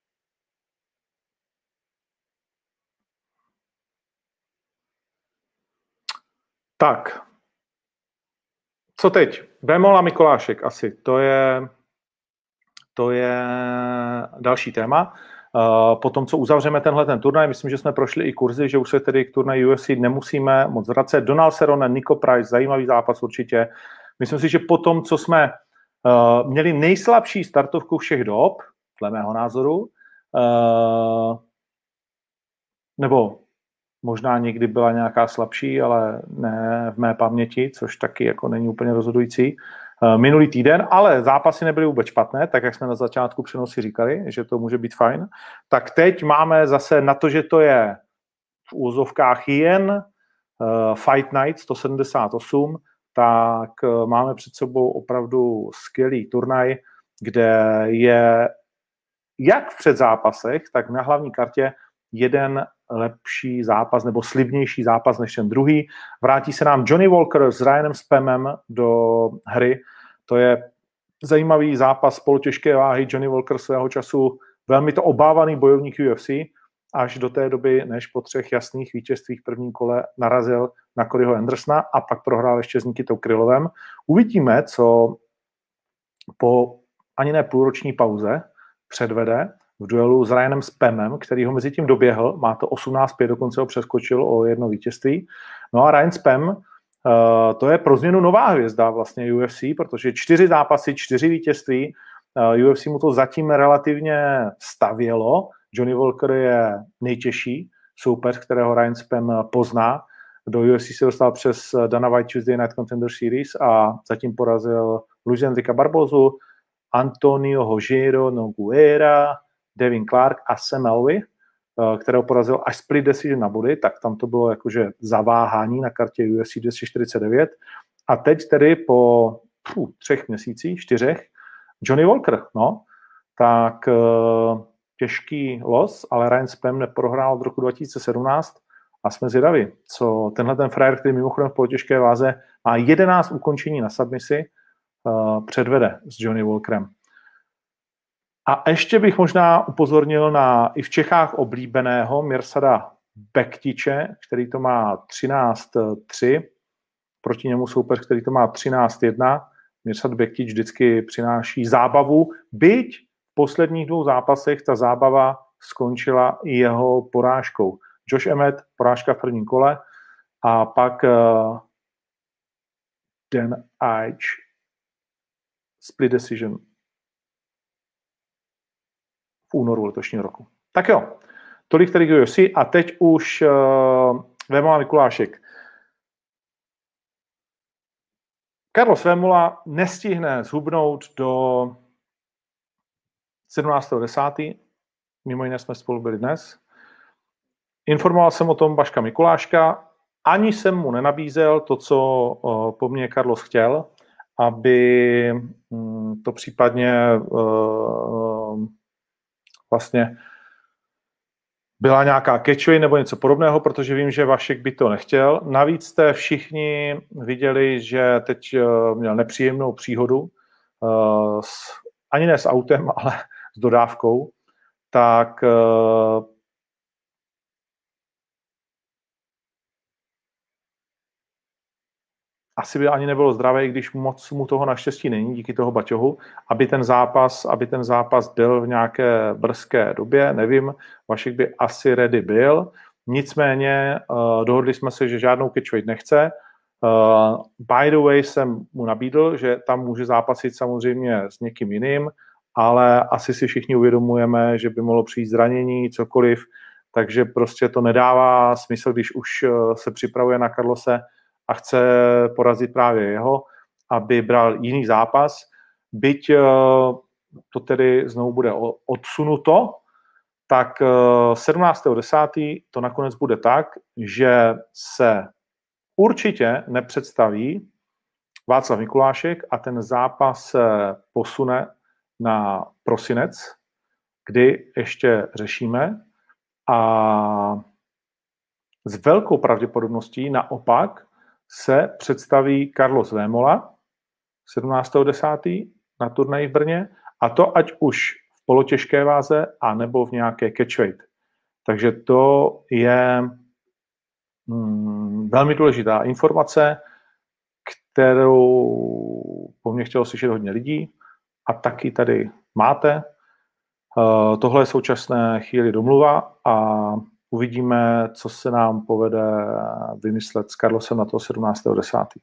Tak. Co teď? Bémol a Mikolášek asi. To je, to je další téma. Uh, po tom, co uzavřeme tenhle ten turnaj, myslím, že jsme prošli i kurzy, že už se tedy k turnaji U F C nemusíme moc vracet. Donald Cerrone, Nico Price, zajímavý zápas určitě. Myslím si, že po tom, co jsme uh, měli nejslabší startovku všech dob, dle mého názoru, uh, nebo možná někdy byla nějaká slabší, ale ne v mé paměti, což taky jako není úplně rozhodující. Minulý týden, ale zápasy nebyly vůbec špatné, tak jak jsme na začátku přenosi říkali, že to může být fajn. Tak teď máme zase na to, že to je v úzovkách jen Fight Night sto sedmdesát osm, tak máme před sebou opravdu skvělý turnaj, kde je jak v předzápasech, tak na hlavní kartě jeden lepší zápas nebo slibnější zápas než ten druhý. Vrátí se nám Johnny Walker s Ryanem Spamem do hry. To je zajímavý zápas polotěžké váhy. Johnny Walker svého času velmi to obávaný bojovník U F C, až do té doby, než po třech jasných vítězstvích v prvním kole narazil na Coryho Andersona a pak prohrál ještě s Nikitou Krylovem. Uvidíme, co po ani ne půlroční pauze předvede v duelu s Ryanem Spamem, který ho mezi tím doběhl, má to osmnáct pět, dokonce ho přeskočil o jedno vítězství. No a Ryan Spam, uh, to je pro změnu nová hvězda vlastně U F C, protože čtyři zápasy, čtyři vítězství, uh, U F C mu to zatím relativně stavělo. Johnny Walker je nejtěžší soupeř, kterého Ryan Spam pozná. Do U F C se dostal přes Dana White Tuesday Night Contender Series a zatím porazil Luis Enrique Barbosu, Antonio Rogério Nogueira, Devin Clark a Sam Alvey, kterého porazil až split decision na body, tak tam to bylo jakože zaváhání na kartě U F C dvě stě čtyřicet devět. A teď tedy po pů, třech měsících, čtyřech, Johnny Walker, no, tak uh, těžký los, ale Ryan Spam neprohrál od roku dva tisíce sedmnáct a jsme zvědaví, co tenhle ten frajer, který mimochodem v polotěžké váze má jedenáct ukončení na submisi, uh, předvede s Johnny Walkerem. A ještě bych možná upozornil na i v Čechách oblíbeného Mirsada Bektiče, který to má třináct tři, proti němu soupeř, který to má třináct jedna. Mirsad Bektič vždycky přináší zábavu, byť v posledních dvou zápasech ta zábava skončila i jeho porážkou. Josh Emmett, porážka v prvním kole, a pak uh, Dan Ige, split decision v únoru letošního roku. Tak jo, tolik tady U F C a teď už uh, Vémola Mikulášek. Carlos Vémola nestihne zhubnout do sedmnáctého desátého Mimo jiné jsme spolu byli dnes. Informoval jsem o tom Vaška Mikuláška. Ani jsem mu nenabízel to, co uh, po mně Carlos chtěl, aby um, to případně uh, vlastně byla nějaká catchway nebo něco podobného, protože vím, že Vašek by to nechtěl. Navíc jste všichni viděli, že teď uh, měl nepříjemnou příhodu, uh, s, ani ne s autem, ale s dodávkou, tak uh, asi by ani nebylo zdravé, když moc mu toho naštěstí není díky toho baťohu, aby ten zápas, aby ten zápas byl v nějaké brzké době, nevím, Vašek by asi ready byl, nicméně uh, dohodli jsme se, že žádnou catchweight nechce. Uh, by the way jsem mu nabídl, že tam může zápasit samozřejmě s někým jiným, ale asi si všichni uvědomujeme, že by mohlo přijít zranění, cokoliv, takže prostě to nedává smysl, když už uh, se připravuje na Carlose a chce porazit právě jeho, aby bral jiný zápas. Byť to tedy znovu bude odsunuto, tak sedmnáctého desátého to nakonec bude tak, že se určitě nepředstaví Václav Mikulášek a ten zápas se posune na prosinec, kdy ještě řešíme, a s velkou pravděpodobností naopak se představí Carlos Vémola sedmnáctého desátého na turnaji v Brně, a to ať už v polotěžké váze, anebo v nějaké catchweight. Takže to je mm, velmi důležitá informace, kterou po mně chtělo slyšet hodně lidí, a taky tady máte. Uh, tohle je současné chvíli domluva a uvidíme, co se nám povede vymyslet s Carlosem na toho sedmnáctého desátého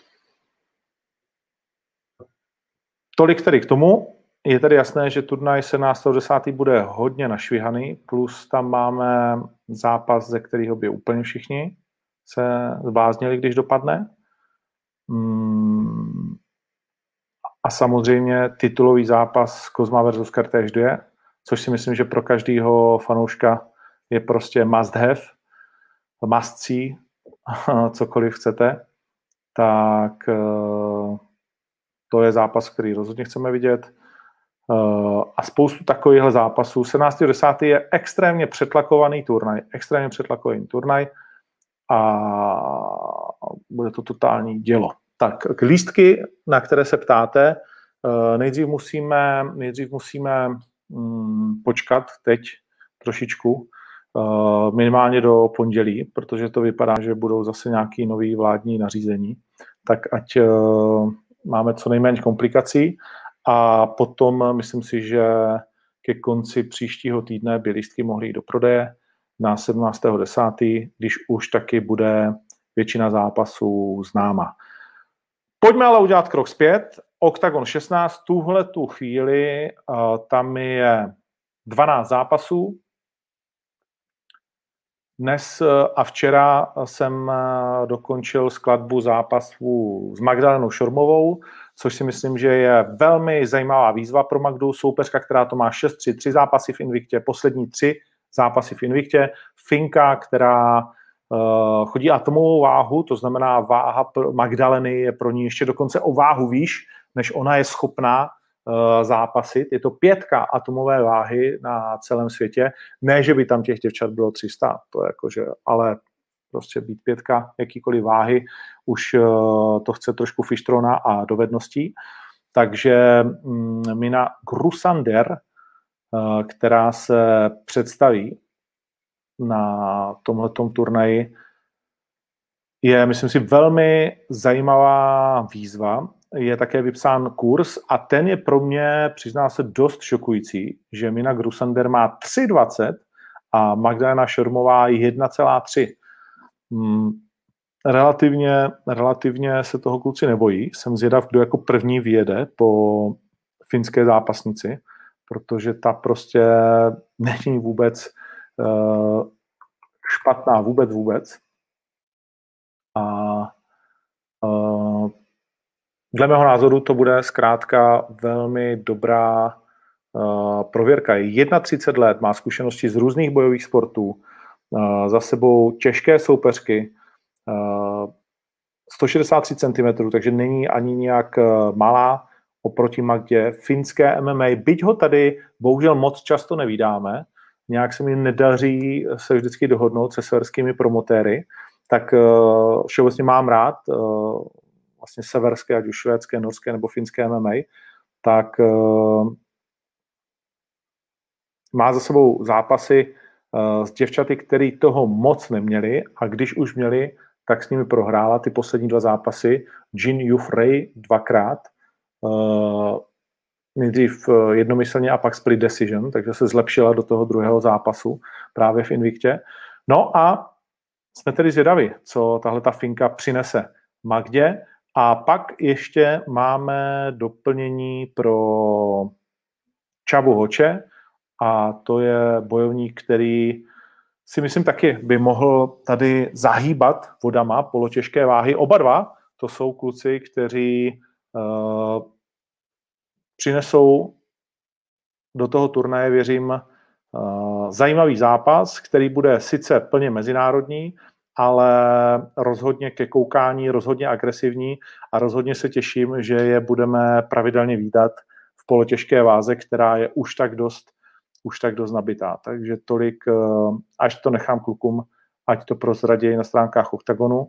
Tolik tedy k tomu. Je tedy jasné, že turnaj sedmnáctého desátého bude hodně našvihaný, plus tam máme zápas, ze kterého by úplně všichni se zbláznili, když dopadne. A samozřejmě titulový zápas Kozma versus Kertéž dva, což si myslím, že pro každého fanouška je prostě must have, must see, cokoliv chcete, tak to je zápas, který rozhodně chceme vidět. A spoustu takovýchhle zápasů. sedmnáctého desátého je extrémně přetlakovaný turnaj, extrémně přetlakovaný turnaj a bude to totální dělo. Tak, k lístky, na které se ptáte, nejdřív musíme, nejdřív musíme hmm, počkat teď trošičku, minimálně do pondělí, protože to vypadá, že budou zase nějaký nový vládní nařízení, tak ať máme co nejméně komplikací a potom myslím si, že ke konci příštího týdne by lístky mohly jít do prodeje na sedmnáctého desátého když už taky bude většina zápasů známa. Pojďme ale udělat krok zpět. Octagon šestnáct, tuhle tu chvíli, tam je dvanáct zápasů. Dnes a včera jsem dokončil skladbu zápasů s Magdalenou Šormovou, což si myslím, že je velmi zajímavá výzva pro Magdu. Soupeřka, která to má šest tři, tři zápasy v Invictě, poslední tři zápasy v Invictě. Finka, která uh, chodí atomovou váhu, to znamená váha Magdaleny je pro ní ještě dokonce o váhu výš, než ona je schopná uh, zápasit. Je to pětka atomové váhy na celém světě. Ne, že by tam těch děvčat bylo tři sta, to je jakože, ale prostě být pětka jakýkoliv váhy, už uh, to chce trošku fištrona a dovedností. Takže um, Mina Grusander, uh, která se představí na tomhletom turnaji, je, myslím si, velmi zajímavá výzva. Je také vypsán kurz a ten je pro mě, přizná se, dost šokující, že Mina Grusander má tři dvacet a Magdalena Šormová jedna celá tři. Hmm, relativně, relativně se toho kluci nebojí. Jsem zvědav, kdo jako první vyjede po finské zápasnici, protože ta prostě není vůbec uh, špatná, vůbec, vůbec. A uh, dle mého názoru to bude zkrátka velmi dobrá uh, prověrka. Je třicet jedna let, má zkušenosti z různých bojových sportů, uh, za sebou těžké soupeřky, uh, sto šedesát tři centimetrů, takže není ani nějak uh, malá oproti Magdě. Finské M M A, byť ho tady bohužel moc často nevídáme, nějak se mi nedaří se vždycky dohodnout se severskými promotéry, tak uh, všeobecně mám rád uh, vlastně severské, ať už švédské, norské nebo finské M M A, tak uh, má za sebou zápasy uh, s děvčaty, který toho moc neměli a když už měli, tak s nimi prohrála ty poslední dva zápasy. Jin Yufrey dvakrát, uh, nejdřív jednomyslně a pak split decision, takže se zlepšila do toho druhého zápasu právě v Invictě. No a jsme tedy zvědaví, co tahle ta Finka přinese Magdě. A pak ještě máme doplnění pro Čabu Hoče a to je bojovník, který si myslím taky by mohl tady zahýbat vodama polotěžké váhy. Oba dva to jsou kluci, kteří uh, přinesou do toho turnaje, věřím, uh, zajímavý zápas, který bude sice plně mezinárodní, ale rozhodně ke koukání, rozhodně agresivní a rozhodně se těším, že je budeme pravidelně vídat v polotěžké váze, která je už tak dost, už tak dost nabitá. Takže tolik, až to nechám klukům, ať to prozradějí na stránkách Octagonu.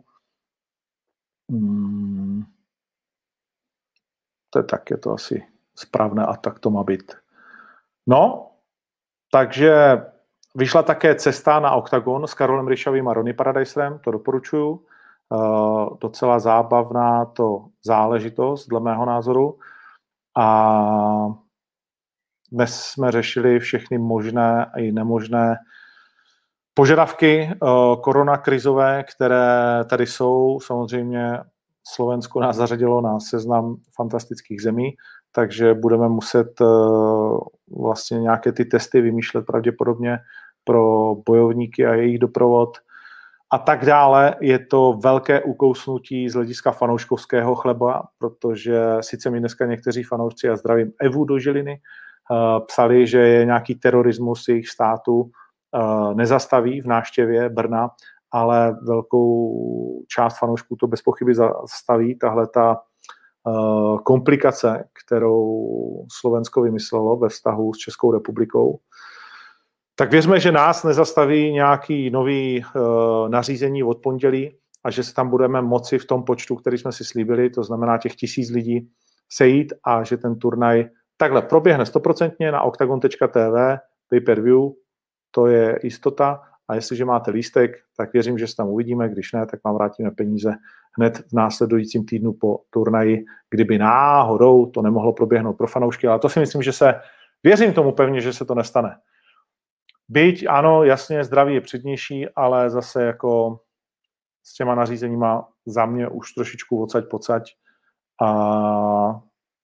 Hmm. To je tak, je to asi správné a tak to má být. No, takže vyšla také cesta na Octagon s Karolem Ryšavým a Ronnie Paradiserem, to doporučuju. Uh, docela zábavná to záležitost, dle mého názoru. A dnes jsme řešili všechny možné i nemožné požadavky uh, koronakrizové, které tady jsou. Samozřejmě Slovensko nás zařadilo na seznam fantastických zemí, takže budeme muset uh, vlastně nějaké ty testy vymýšlet pravděpodobně pro bojovníky a jejich doprovod a tak dále. Je to velké ukousnutí z hlediska fanouškovského chleba, protože sice mi dneska někteří fanoušci, a zdravím Evu do Žiliny, uh, psali, že je nějaký terorismus jejich státu uh, nezastaví v návštěvě Brna, ale velkou část fanoušků to bez pochyby zastaví. Tahle ta uh, komplikace, kterou Slovensko vymyslelo ve vztahu s Českou republikou, tak věřme, že nás nezastaví nějaký nový uh, nařízení od pondělí a že se tam budeme moci v tom počtu, který jsme si slíbili, to znamená těch tisíc lidí, sejít a že ten turnaj takhle proběhne stoprocentně na octagon tečka t v pay-per-view, to je jistota a jestliže máte lístek, tak věřím, že se tam uvidíme, když ne, tak vám vrátíme peníze hned v následujícím týdnu po turnaji, kdyby náhodou to nemohlo proběhnout pro fanoušky, ale to si myslím, že se, věřím tomu pevně, že se to nestane. Byť ano, jasně, zdraví je přednější, ale zase jako s těma nařízeníma za mě už trošičku odsaď pocať a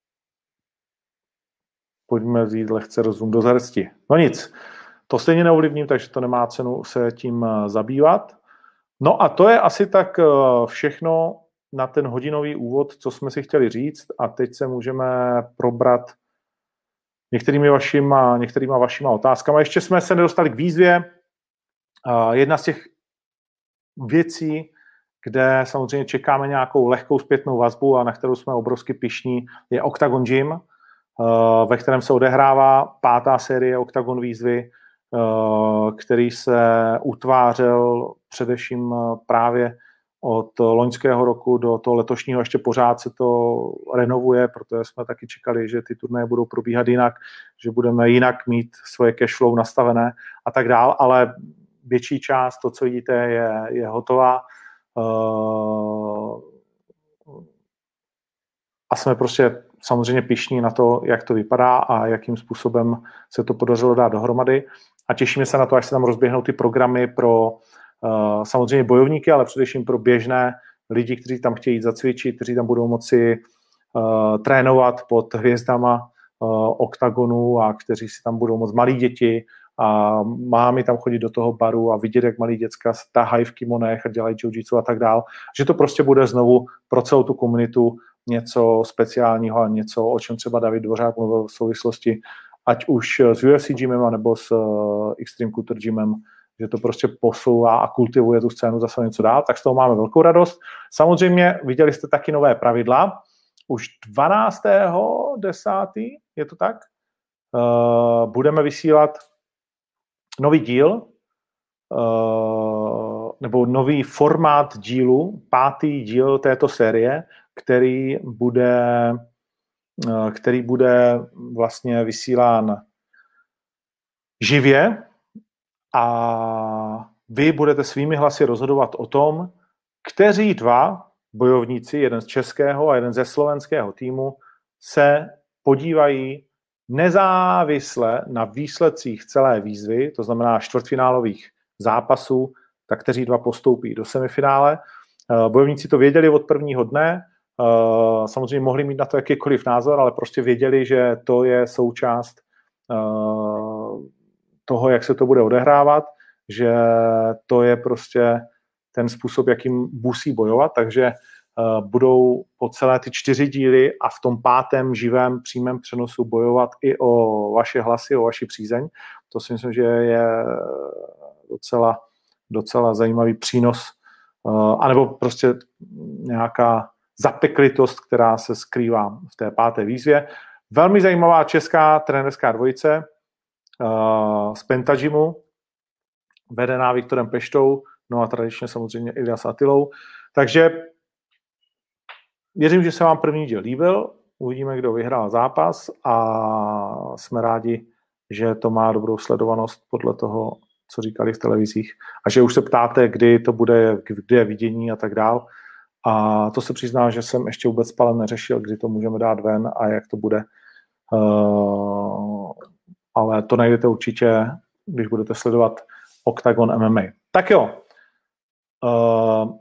pojďme vzít lehce rozum do zrsti. No nic, to stejně neovlivním, takže to nemá cenu se tím zabývat. No a to je asi tak všechno na ten hodinový úvod, co jsme si chtěli říct a teď se můžeme probrat některými vašima, některýma vašima otázkama. Ještě jsme se nedostali k výzvě. Jedna z těch věcí, kde samozřejmě čekáme nějakou lehkou zpětnou vazbu a na kterou jsme obrovsky pyšní, je Octagon Gym, ve kterém se odehrává pátá série Octagon výzvy, který se utvářel především právě od loňského roku do toho letošního. Ještě pořád se to renovuje, protože jsme taky čekali, že ty turnaje budou probíhat jinak, že budeme jinak mít svoje cash flow nastavené a tak dál, ale větší část, to, co vidíte, je, je hotová. A jsme prostě samozřejmě pyšní na to, jak to vypadá a jakým způsobem se to podařilo dát dohromady. A těšíme se na to, až se tam rozběhnou ty programy pro uh, samozřejmě bojovníky, ale především pro běžné lidi, kteří tam chtějí jít zacvičit, kteří tam budou moci uh, trénovat pod hvězdama uh, oktagonu a kteří si tam budou moc malí děti a mámy tam chodit do toho baru a vidět, jak malí děcka tahají v kimonech a dělají jiu-jitsu a tak dál. Že to prostě bude znovu pro celou tu komunitu něco speciálního a něco, o čem třeba David Dvořák mluvil v souvislosti ať už s U F C gymem, nebo s uh, Extreme Culture gymem, že to prostě posouvá a kultivuje tu scénu zase něco dál, tak z toho máme velkou radost. Samozřejmě viděli jste taky nové pravidla. Už dvanáctého desátého je to tak? Uh, budeme vysílat nový díl, uh, nebo nový formát dílu, pátý díl této série, který bude který bude vlastně vysílán živě a vy budete svými hlasy rozhodovat o tom, kteří dva bojovníci, jeden z českého a jeden ze slovenského týmu, se podívají nezávisle na výsledcích celé výzvy, to znamená čtvrtfinálových zápasů, tak kteří dva postoupí do semifinále. Bojovníci to věděli od prvního dne, Uh, samozřejmě mohli mít na to jakýkoliv názor, ale prostě věděli, že to je součást uh, toho, jak se to bude odehrávat, že to je prostě ten způsob, jakým musí bojovat, takže uh, budou po celé ty čtyři díly a v tom pátém živém přímém přenosu bojovat i o vaše hlasy, o vaši přízeň. To si myslím, že je docela, docela zajímavý přínos, uh, anebo prostě nějaká zapeklitost, která se skrývá v té páté výzvě. Velmi zajímavá česká trenérská dvojice uh, z Pentagymu, vedená Viktorem Peštou, no a tradičně samozřejmě Ilias Attilou. Takže věřím, že se vám první díl líbil, uvidíme, kdo vyhrál zápas a jsme rádi, že to má dobrou sledovanost podle toho, co říkali v televizích a že už se ptáte, kdy to bude, kdy je vidění a tak dál. A to se přiznám, že jsem ještě vůbec spalem neřešil, kdy to můžeme dát ven a jak to bude. Uh, ale to najdete určitě, když budete sledovat Octagon M M A. Tak jo. Uh,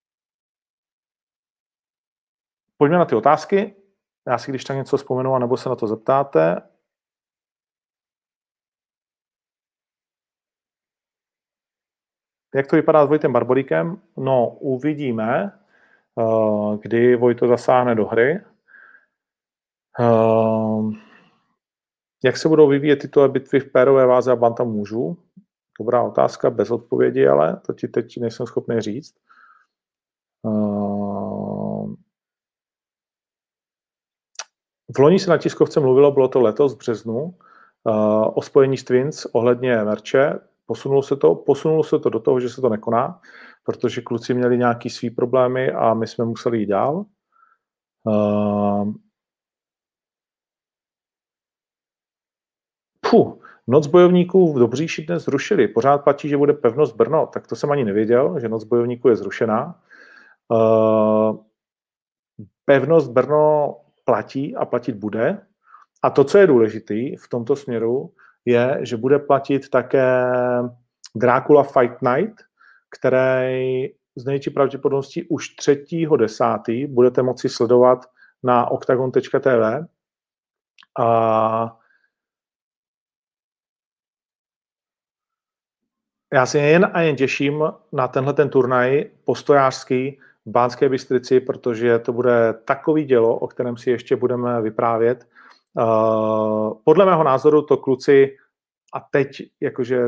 pojďme na ty otázky. Já si když tak něco vzpomenu, anebo se na to zeptáte. Jak to vypadá s Vojtem Barboríkem? No, uvidíme, kdy Vojto zasáhne do hry. Jak se budou vyvíjet tyto bitvy v pérové váze a bantam mužů? Dobrá otázka, bez odpovědi, ale to ti teď nejsem schopný říct. V loni se na tiskovce mluvilo, bylo to letos v březnu, o spojení s Twins ohledně merče. Posunulo se to, posunulo se to do toho, že se to nekoná, protože kluci měli nějaký svý problémy a my jsme museli jít dál. Puh, Noc bojovníků v Dobříši dnes zrušili. Pořád platí, že bude pevnost Brno. Tak to jsem ani nevěděl, že Noc bojovníků je zrušená. Pevnost Brno platí a platit bude. A to, co je důležité v tomto směru, je, že bude platit také Dracula Fight Night, který z největší pravděpodobností už třetího desátého budete moci sledovat na octagon tečka t v. A já se jen a jen těším na tenhle ten turnaj postojářský v Banské Bystrici, protože to bude takový dělo, o kterém si ještě budeme vyprávět. Uh, podle mého názoru to kluci, a teď jakože,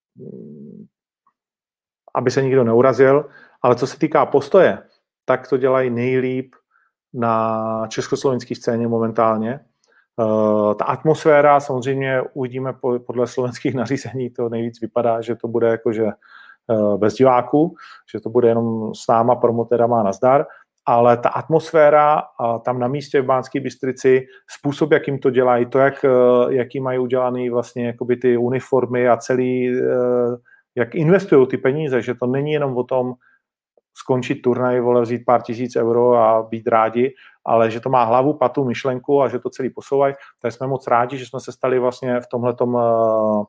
aby se nikdo neurazil, ale co se týká postoje, tak to dělají nejlíp na československé scéně momentálně. Uh, ta atmosféra, samozřejmě uvidíme podle slovenských nařízení, to nejvíc vypadá, že to bude jakože uh, bez diváků, že to bude jenom s náma, promotérama a nazdar, ale ta atmosféra uh, tam na místě v Banské Bystrici, způsob, jakým to dělají, to, jak, uh, jaký mají udělaný vlastně jakoby ty uniformy a celý, uh, jak investují ty peníze, že to není jenom o tom skončit turnaj, vole, vzít pár tisíc euro a být rádi, ale že to má hlavu, patu, myšlenku a že to celý posouvají. Tak jsme moc rádi, že jsme se stali vlastně v tomhletom uh,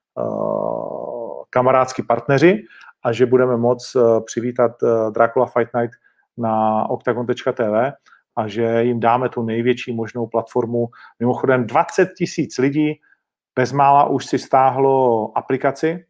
uh, kamarádský partneři a že budeme moc uh, přivítat uh, Dracula Fight Night na octagon tečka t v a že jim dáme tu největší možnou platformu. Mimochodem dvacet tisíc lidí bezmála už si stáhlo aplikaci,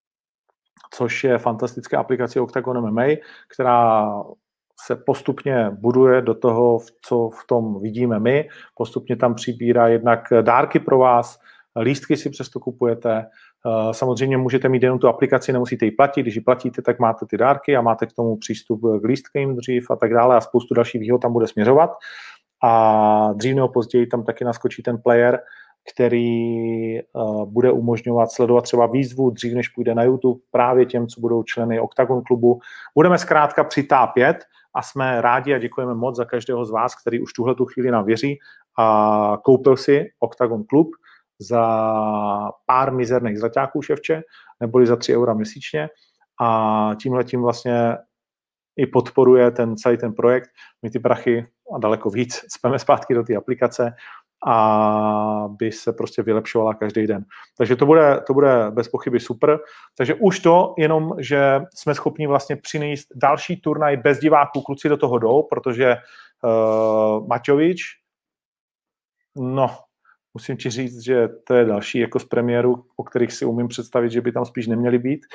což je fantastická aplikace Octagon M M A, která se postupně buduje do toho, co v tom vidíme my. Postupně tam přibírá jednak dárky pro vás, lístky si přesto kupujete. Samozřejmě můžete mít jenom tu aplikaci, nemusíte ji platit. Když ji platíte, tak máte ty dárky a máte k tomu přístup k lístkům dřív a tak dále a spoustu dalších výhod tam bude směřovat. A dřív nebo později tam taky naskočí ten player, který uh, bude umožňovat sledovat třeba výzvu dřív, než půjde na YouTube právě těm, co budou členy Octagon klubu. Budeme zkrátka přitápět a jsme rádi a děkujeme moc za každého z vás, který už tuhle tu chvíli nám věří a koupil si Octagon klub za pár mizerných zlaťáků, ševče, neboli za tři eura měsíčně a tímhletím vlastně i podporuje ten celý ten projekt. My ty prachy a daleko víc speme zpátky do té aplikace a by se prostě vylepšovala každý den. Takže to bude, to bude bez pochyby super. Takže už to jenom, že jsme schopni vlastně přinést další turnaj bez diváků, kluci do toho jdou, protože uh, Maťovič, no, musím ti říct, že to je další jako z premiéru, o kterých si umím představit, že by tam spíš neměli být.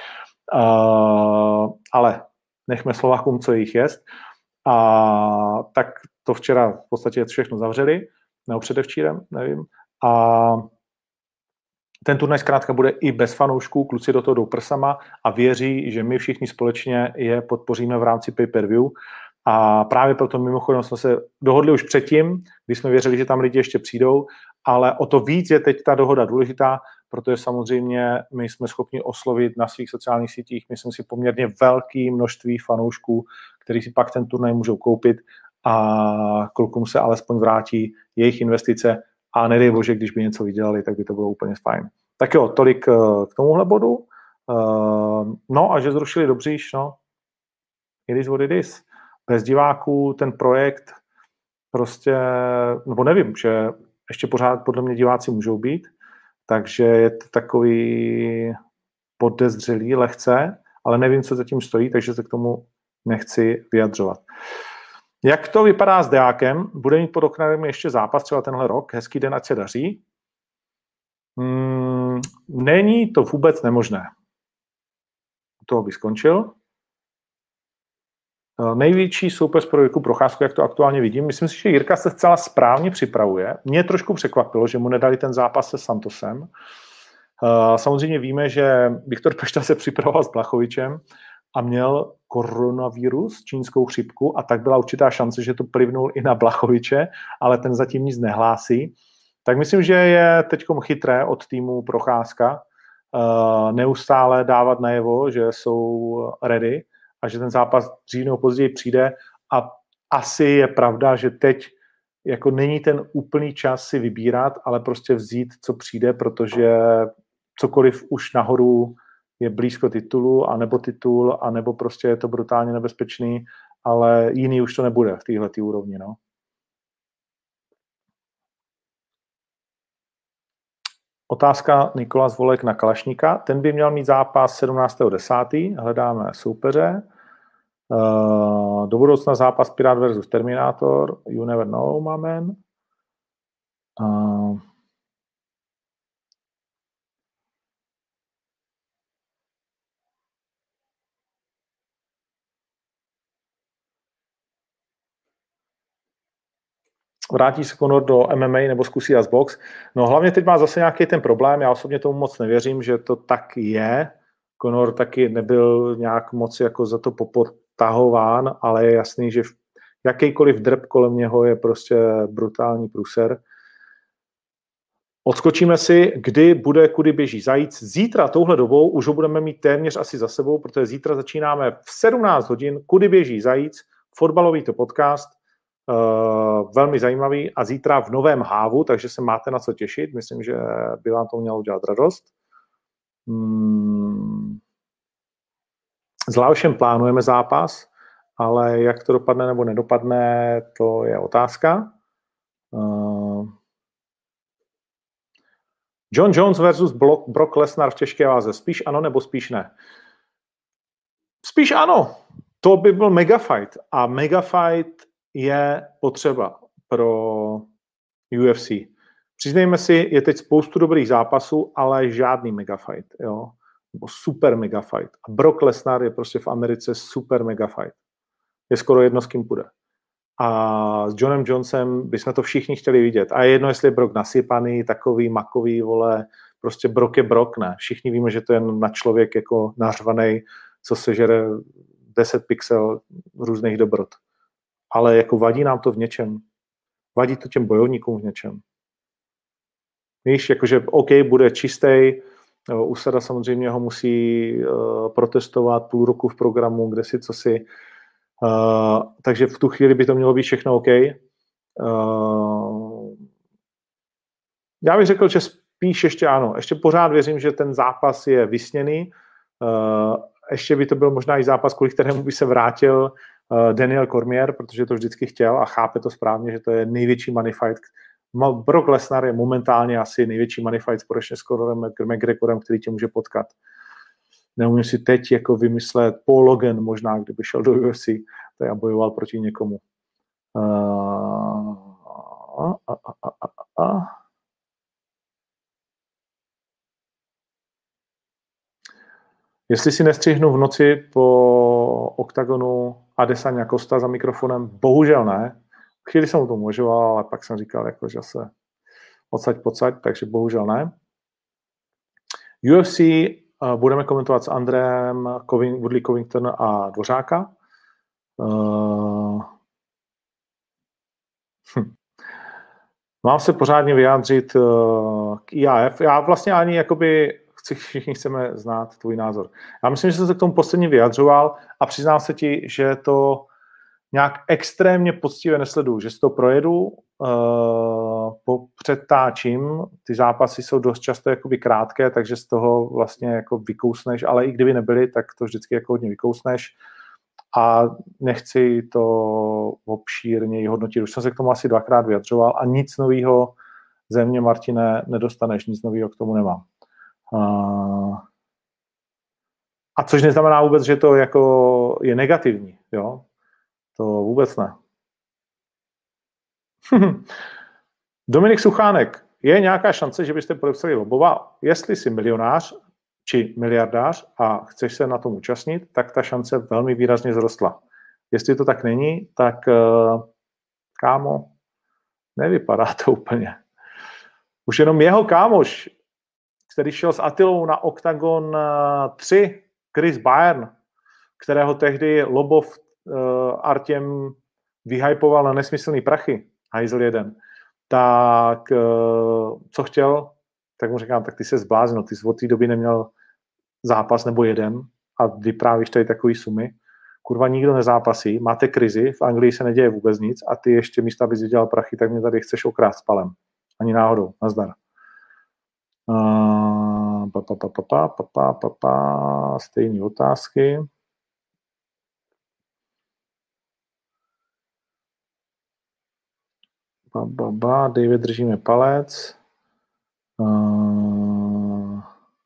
Uh, ale nechme Slovákům, co jich jest. A tak to včera v podstatě všechno zavřeli, nebo předevčírem, nevím. A ten turnaj zkrátka bude i bez fanoušků, kluci do toho jdou prsama a věří, že my všichni společně je podpoříme v rámci pay-per-view. A právě proto mimochodem jsme se dohodli už předtím, když jsme věřili, že tam lidi ještě přijdou, ale o to víc je teď ta dohoda důležitá, protože samozřejmě my jsme schopni oslovit na svých sociálních sítích, myslím si, poměrně velké množství fanoušků, kteří si pak ten turnaj můžou koupit a klukům se alespoň vrátí jejich investice a nedej bože, když by něco vydělali, tak by to bylo úplně fajn. Tak jo, tolik k tomuhle bodu. No a že zrušili Dobříš, no, it is what it is. Bez diváků ten projekt prostě, nebo nevím, že ještě pořád podle mě diváci můžou být, takže je to takový podezřelý lehce, ale nevím, co zatím stojí, takže se k tomu nechci vyjadřovat. Jak to vypadá s Deákem? Bude mít pod oknem ještě zápas třeba tenhle rok? Hezký den, ať se daří. Hmm, není to vůbec nemožné. U toho by skončil. Největší soupeř pro Jirku Procházku, jak to aktuálně vidím. Myslím si, že Jirka se zcela správně připravuje. Mě trošku překvapilo, že mu nedali ten zápas se Santosem. Samozřejmě víme, že Viktor Pešta se připravoval s Blachovičem a měl koronavirus, čínskou chřipku, a tak byla určitá šance, že to plivnul i na Blachoviče, ale ten zatím nic nehlásí. Tak myslím, že je teďkom chytré od týmu Procházka neustále dávat najevo, že jsou ready a že ten zápas dřív nebo později přijde, a asi je pravda, že teď jako není ten úplný čas si vybírat, ale prostě vzít, co přijde, protože cokoliv už nahoru je blízko titulu, anebo titul, anebo prostě je to brutálně nebezpečný, ale jiný už to nebude v téhletý úrovni, no. Otázka Nikolas Volek na Kalašníka. Ten by měl mít zápas sedmnáctého desátého Hledáme soupeře. Do budoucna zápas Pirát versus Terminátor. You never know, my man. Vrátí se Conor do M M A nebo zkusí Box. No hlavně teď má zase nějaký ten problém, já osobně tomu moc nevěřím, že to tak je. Conor taky nebyl nějak moc jako za to popotahován, ale je jasný, že jakýkoliv drb kolem něho je prostě brutální průser. Odskočíme si, kdy bude Kudy běží zajíc. Zítra touhle dobou už ho budeme mít téměř asi za sebou, protože zítra začínáme v sedmnáct hodin. Kudy běží zajíc, fotbalový to podcast, uh, velmi zajímavý, a zítra v Novém Hávu, takže se máte na co těšit. Myslím, že by vám to mělo udělat radost. Hmm. S Laošem plánujeme zápas, ale jak to dopadne nebo nedopadne, to je otázka. Uh, John Jones versus Brock Lesnar v těžké váze. Spíš ano nebo spíš ne? Spíš ano. To by byl megafight. A megafight je potřeba pro U F C. Přiznejme si, je teď spoustu dobrých zápasů, ale žádný megafight. Jo? Nebo super megafight. A Brock Lesnar je prostě v Americe super megafight. Je skoro jedno, s kým půjde. A s Johnem Jonesem bychom to všichni chtěli vidět. A je jedno, jestli je Brock nasypaný, takový makový, vole, prostě Brock je Brock, ne. Všichni víme, že to je na člověk jako nařvanej, co sežere deset pixel různých dobrot. Ale jako vadí nám to v něčem. Vadí to těm bojovníkům v něčem. Víš, jakože OK, bude čistý, Usada samozřejmě ho musí uh, protestovat půl roku v programu, kde si, co si. Uh, takže v tu chvíli by to mělo být všechno OK. Uh, já bych řekl, že spíš ještě ano. Ještě pořád věřím, že ten zápas je vysněný. Uh, ještě by to byl možná i zápas, kvůli kterému by se vrátil uh, Daniel Cormier, protože to vždycky chtěl a chápe to správně, že to je největší money fight. Brock Lesnar je momentálně asi největší money fight společně s Conorem McGregorem, který tě může potkat. Neumím si teď jako vymyslet Paul Logan možná, kdyby šel do U F C a bojoval proti někomu. Uh, a, a, a, a, a. Jestli si nestřihnu v noci po oktagonu Adesanya Costa za mikrofonem, bohužel ne. Chvíli jsem mu to umožoval, ale pak jsem říkal, jako, že se odsaď pocať, takže bohužel ne. U F C uh, budeme komentovat s Andrem Coving, Woodley Covington a Dvořáka. Uh, hm. Mám se pořádně vyjádřit uh, k I A F. Já vlastně ani jakoby chci, všichni chceme znát tvůj názor. Já myslím, že jsem se k tomu posledně vyjadřoval a přiznám se ti, že to nějak extrémně poctivě nesleduju, že si to projedu, uh, popředtáčím, ty zápasy jsou dost často jakoby krátké, takže z toho vlastně jako vykousneš, ale i kdyby nebyly, tak to vždycky jako hodně vykousneš a nechci to obšírněji hodnotit. Už jsem se k tomu asi dvakrát vyjadřoval a nic nového ze mě, Martine, nedostaneš, nic nového k tomu nemám. Uh, a což neznamená vůbec, že to jako je negativní, jo? To vůbec ne. Dominik Suchánek. Je nějaká šance, že byste podepsali Lobova? Jestli jsi milionář či miliardář a chceš se na tom účastnit, tak ta šance velmi výrazně zrostla. Jestli to tak není, tak kámo, nevypadá to úplně. Už jenom jeho kámoš který šel s Attilou na Octagon tři, Chris Byrne, kterého tehdy Lobov uh, Artěm vyhypoval na nesmyslný prachy, hajzl jeden, tak uh, co chtěl, tak mu říkám, tak ty se zbláznil, ty jsi od té doby neměl zápas nebo jeden a vyprávíš tady takový sumy. Kurva, nikdo nezápasí, máte krizi, v Anglii se neděje vůbec nic a ty ještě místo, abys vydělal prachy, tak mě tady chceš okrást s palem. Ani náhodou, nazdar. Uh, pa, pa, pa, pa, pa, pa, pa, pa, pa, stejné otázky. Ba, ba, ba, David, držíme palec. Uh,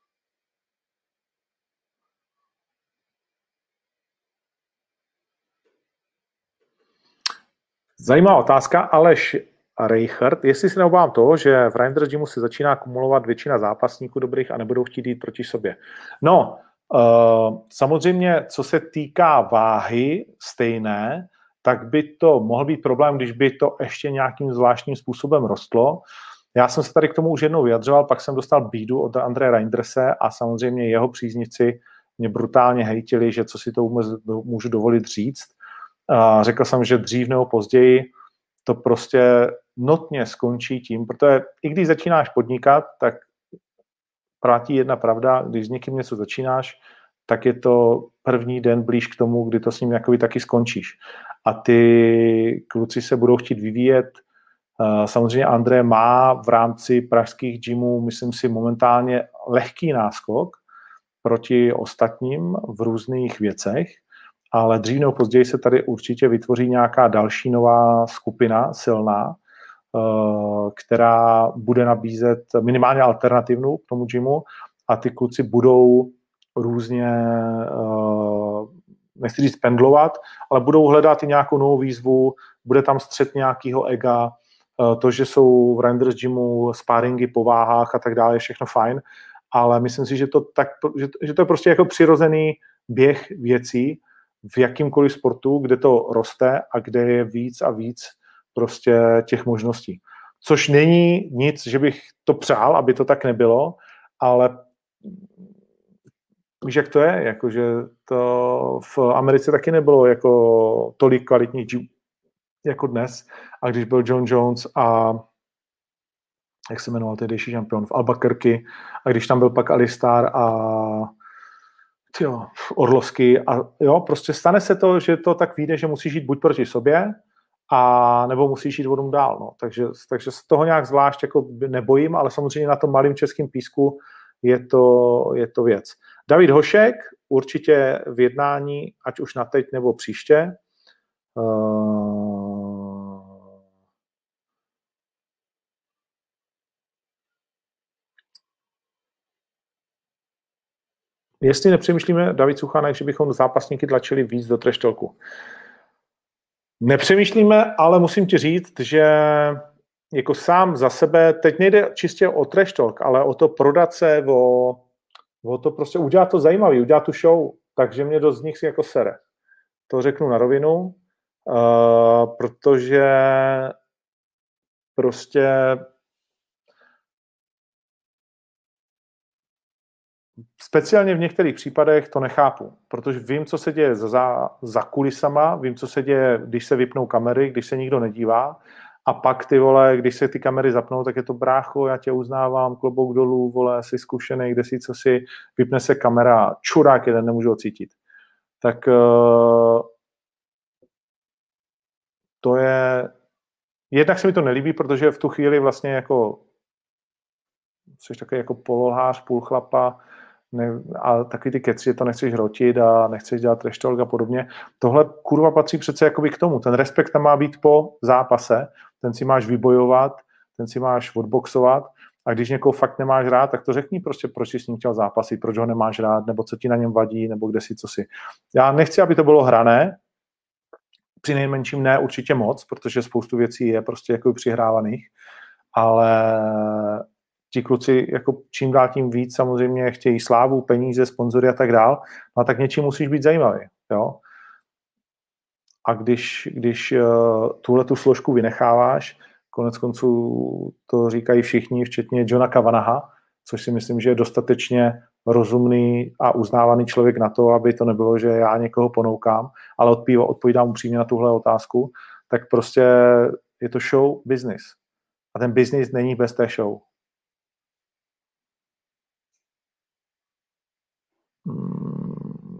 Zajímavá otázka, Aleš Reichert, jestli si neobávám toho, že v Reinders Gymu se začíná kumulovat většina zápasníků dobrých a nebudou chtít jít proti sobě. No, uh, samozřejmě, co se týká váhy stejné, tak by to mohl být problém, když by to ještě nějakým zvláštním způsobem rostlo. Já jsem se tady k tomu už jednou vyjadřoval, pak jsem dostal bídu od Andreje Reinderse a samozřejmě jeho příznivci mě brutálně hejtili, že co si to můžu dovolit říct. Uh, řekl jsem, že dřív nebo později to prostě notně skončí tím, protože i když začínáš podnikat, tak platí jedna pravda, když s někým něco začínáš, tak je to první den blíž k tomu, kdy to s ním jakoby taky skončíš. A ty kluci se budou chtít vyvíjet. Samozřejmě André má v rámci pražských gymů, myslím si, momentálně lehký náskok proti ostatním v různých věcech, ale dřív nebo později se tady určitě vytvoří nějaká další nová skupina silná, která bude nabízet minimálně alternativnu k tomu gymu a ty kluci budou různě, nechci říct pendlovat, ale budou hledat i nějakou novou výzvu, bude tam střet nějakého ega, to, že jsou v Reinders Gymu sparingy po váhách a tak dále, je všechno fajn, ale myslím si, že to, tak, že, že to je prostě jako přirozený běh věcí v jakýmkoliv sportu, kde to roste a kde je víc a víc prostě těch možností. Což není nic, že bych to přál, aby to tak nebylo, ale víš, jak to je? Jakože to v Americe taky nebylo jako tolik kvalitních gymů jako dnes. A když byl John Jones a jak se jmenoval tehdejší šampion v Albuquerque a když tam byl pak Alistar a tyjo, Orlovský a jo, prostě stane se to, že to tak vyjde, že musíš jít buď proti sobě, a nebo musíš jít vodom dál. No. Takže, takže se toho nějak zvlášť jako nebojím, ale samozřejmě na tom malém českém písku je to, je to věc. David Hošek určitě v jednání, ať už na teď nebo příště. Uh... Jestli nepřemýšlíme, David Suchanek, že bychom zápasníky tlačili víc do treštolku. Nepřemýšlíme, ale musím ti říct, že jako sám za sebe, teď nejde čistě o trash talk, ale o to prodat se, o, o to prostě udělat to zajímavý, udělat tu show, takže mě dost z nich si jako sere. To řeknu na rovinu, uh, protože prostě speciálně v některých případech to nechápu, protože vím, co se děje za, za kulisama, vím, co se děje, když se vypnou kamery, když se nikdo nedívá a pak ty vole, když se ty kamery zapnou, tak je to brácho, já tě uznávám, klobouk dolů, vole, jsi zkušený, kde si co si, vypne se kamera, čurák jeden, nemůžu ho cítit. Tak uh, to je, jednak se mi to nelíbí, protože v tu chvíli vlastně jako jsi takový jako pololhář, půl chlapa, ne, a taky ty keci, že to nechceš hrotit a nechceš dělat trash talk a podobně. Tohle kurva patří přece jakoby k tomu. Ten respekt tam má být po zápase, ten si máš vybojovat, ten si máš odboxovat a když někoho fakt nemáš rád, tak to řekni prostě, proč jsi s ním chtěl zápasit, proč ho nemáš rád, nebo co ti na něm vadí, nebo kde si, co si. Já nechci, aby to bylo hrané, při nejmenším ne určitě moc, protože spoustu věcí je prostě jako přihrávaných, ale ti kluci jako čím dál tím víc samozřejmě chtějí slávu, peníze, sponzory a tak dál, no a tak něčím musíš být zajímavý, jo. A když, když uh, tuhle tu složku vynecháváš, konec konců to říkají všichni, včetně Johna Cavanaugha, což si myslím, že je dostatečně rozumný a uznávaný člověk na to, aby to nebylo, že já někoho ponoukám, ale odpovídám upřímně na tuhle otázku, tak prostě je to show business. A ten business není bez té show. Hmm.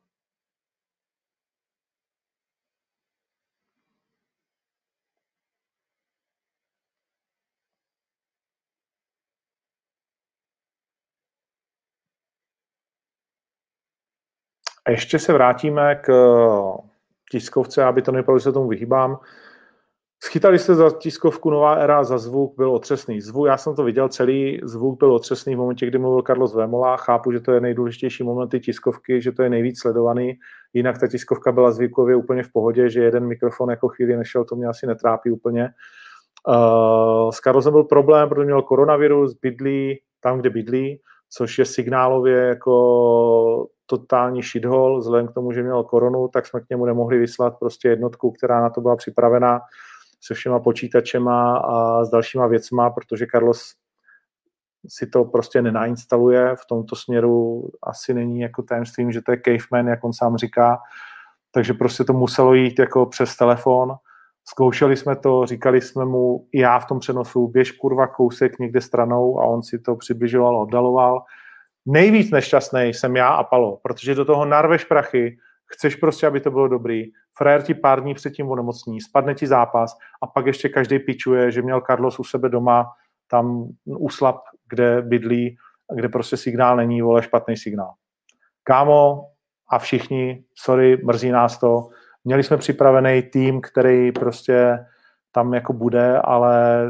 A ještě se vrátíme k tiskovce, aby to nevypadalo, že se tomu vyhýbám. Schytali jste za tiskovku Nová éra za zvuk, byl otřesný. Zvuk, já jsem to viděl celý, zvuk byl otřesný v momentě, kdy mluvil Carlos Vémola. Chápu, že to je nejdůležitější moment ty tiskovky, že to je nejvíc sledovaný. Jinak ta tiskovka byla zvykově úplně v pohodě, že jeden mikrofon jako chvíli nešel, to mě asi netrápí úplně. Uh, s Carlosem byl problém, protože měl koronavirus, bydlí tam, kde bydlí, což je signálově jako totální shithole, vzhledem k tomu, že měl koronu, tak jsme k němu nemohli vyslat prostě jednotku, která na to byla připravená se všema počítačema a s dalšíma věcma, protože Carlos si to prostě nenainstaluje, v tomto směru asi není jako tajemstvím, že to je caveman, jak on sám říká, takže prostě to muselo jít jako přes telefon. Zkoušeli jsme to, říkali jsme mu i já v tom přenosu, běž kurva kousek někde stranou a on si to přibližoval, oddaloval. Nejvíc nešťastný jsem já a Palo, protože do toho narveš prachy, chceš prostě, aby to bylo dobrý, frajer ti pár dní předtím onemocní, spadne ti zápas a pak ještě každý pičuje, že měl Carlos u sebe doma tam úslab, kde bydlí, kde prostě signál není, vole, špatný signál. Kámo a všichni, sorry, mrzí nás to, měli jsme připravený tým, který prostě tam jako bude, ale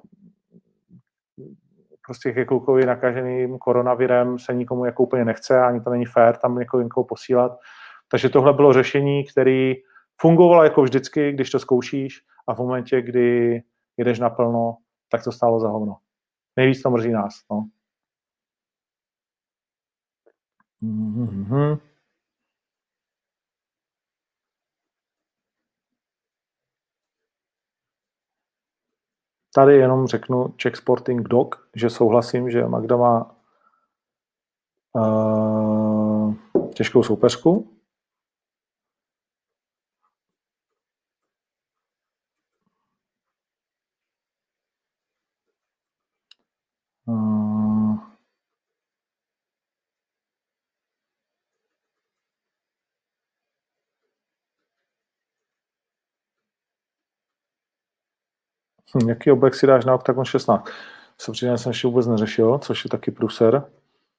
prostě ke klukovi nakaženým koronavirem se nikomu jako úplně nechce, ani to není fér tam jako někoho posílat. Takže tohle bylo řešení, které fungovalo jako vždycky, když to zkoušíš a v momentě, kdy jedeš naplno, tak to stálo za hovno. Nejvíc to mrzí nás. No. Mm-hmm. Tady jenom řeknu Czech Sporting Dog, že souhlasím, že Magda má uh, těžkou soupeřku. Uh, hm, jaký oblek si dáš na Octagon šestnáct? Se přiznám, jsem ještě vůbec neřešil, což je taky pruser.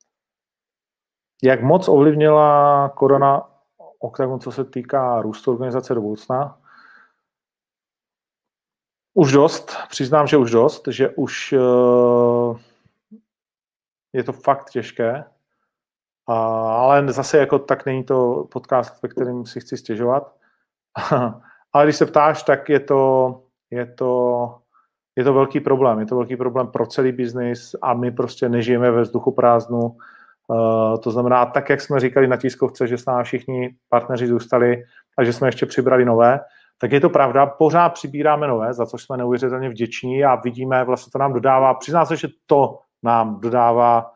Jak moc ovlivnila korona Octagon, co se týká růstu organizace do budoucna? Už dost, přiznám, že už dost, že už uh, je to fakt těžké, uh, ale zase jako tak není to podcast, ve kterém si chci stěžovat. Ale když se ptáš, tak je to, je to, je to velký problém. Je to velký problém pro celý biznis a my prostě nežijeme ve vzduchoprázdnu. Uh, to znamená, tak, jak jsme říkali na tiskovce, že s námi všichni partneři zůstali a že jsme ještě přibrali nové, tak je to pravda, pořád přibíráme nové, za což jsme neuvěřitelně vděční a vidíme, vlastně to nám dodává, přiznám se, že to nám dodává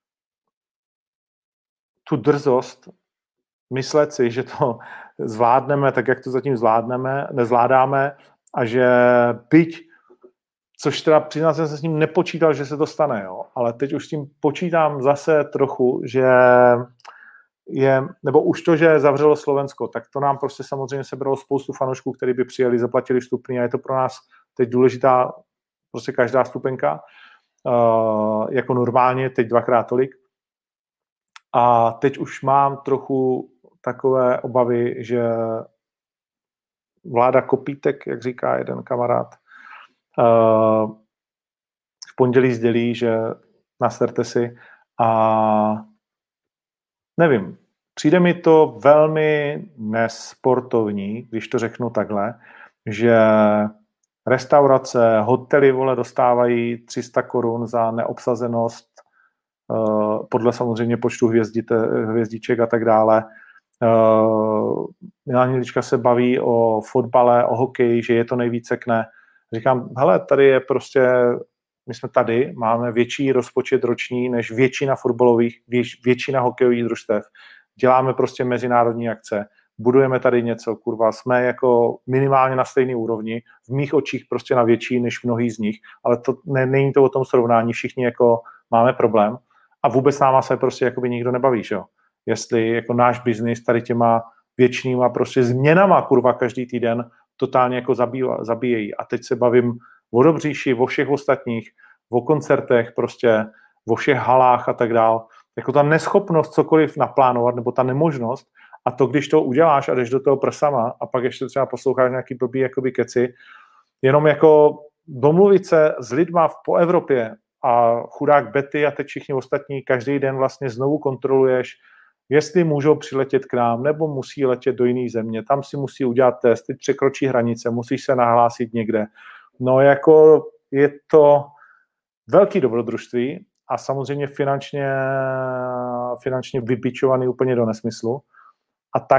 tu drzost myslet si, že to zvládneme tak, jak to zatím zvládneme, nezvládáme a že byť, což teda přiznám se, se s ním nepočítal, že se to stane, jo, ale teď už s tím počítám zase trochu, že je, nebo už to, že zavřelo Slovensko, tak to nám prostě samozřejmě sebralo spoustu fanoušků, kteří by přijeli, zaplatili vstupný a je to pro nás teď důležitá prostě každá vstupenka, uh, jako normálně, teď dvakrát tolik. A teď už mám trochu takové obavy, že vláda kopítek, jak říká jeden kamarád, uh, v pondělí sdělí, že nasterte si a nevím, přijde mi to velmi nesportovní, když to řeknu takhle, že restaurace, hotely, vole, dostávají tři sta korun za neobsazenost, uh, podle samozřejmě počtu hvězdite, hvězdiček a tak dále. Uh, Milan Hnilička se baví o fotbale, o hokeji, že je to nejvíce kne. Říkám, hele, tady je prostě my jsme tady, máme větší rozpočet roční než většina fotbalových, věč, většina hokejových družstev. Děláme prostě mezinárodní akce, budujeme tady něco, kurva, jsme jako minimálně na stejné úrovni, v mých očích prostě na větší než mnohý z nich, ale to ne, není to o tom srovnání, všichni jako máme problém a vůbec náma se prostě jakoby nikdo nebaví, že jo. Jestli jako náš biznis tady těma věčnýma prostě změnama, kurva, každý týden totálně jako zabíja, zabíjejí. A teď se bavím o Dobříši, o všech ostatních, o koncertech, prostě o všech halách a tak dál. Jako ta neschopnost cokoliv naplánovat, nebo ta nemožnost, a to, když to uděláš a jdeš do toho prsama a pak ještě třeba posloucháš nějaký blbý jakoby keci, jenom jako domluvit se s lidma po Evropě a chudák Betty a teď všichni ostatní každý den vlastně znovu kontroluješ, jestli můžou přiletět k nám, nebo musí letět do jiné země, tam si musí udělat test, teď překročí hranice, musíš se nahlásit někde. No jako je to velký dobrodružství a samozřejmě finančně, finančně vybičovaný úplně do nesmyslu. A tak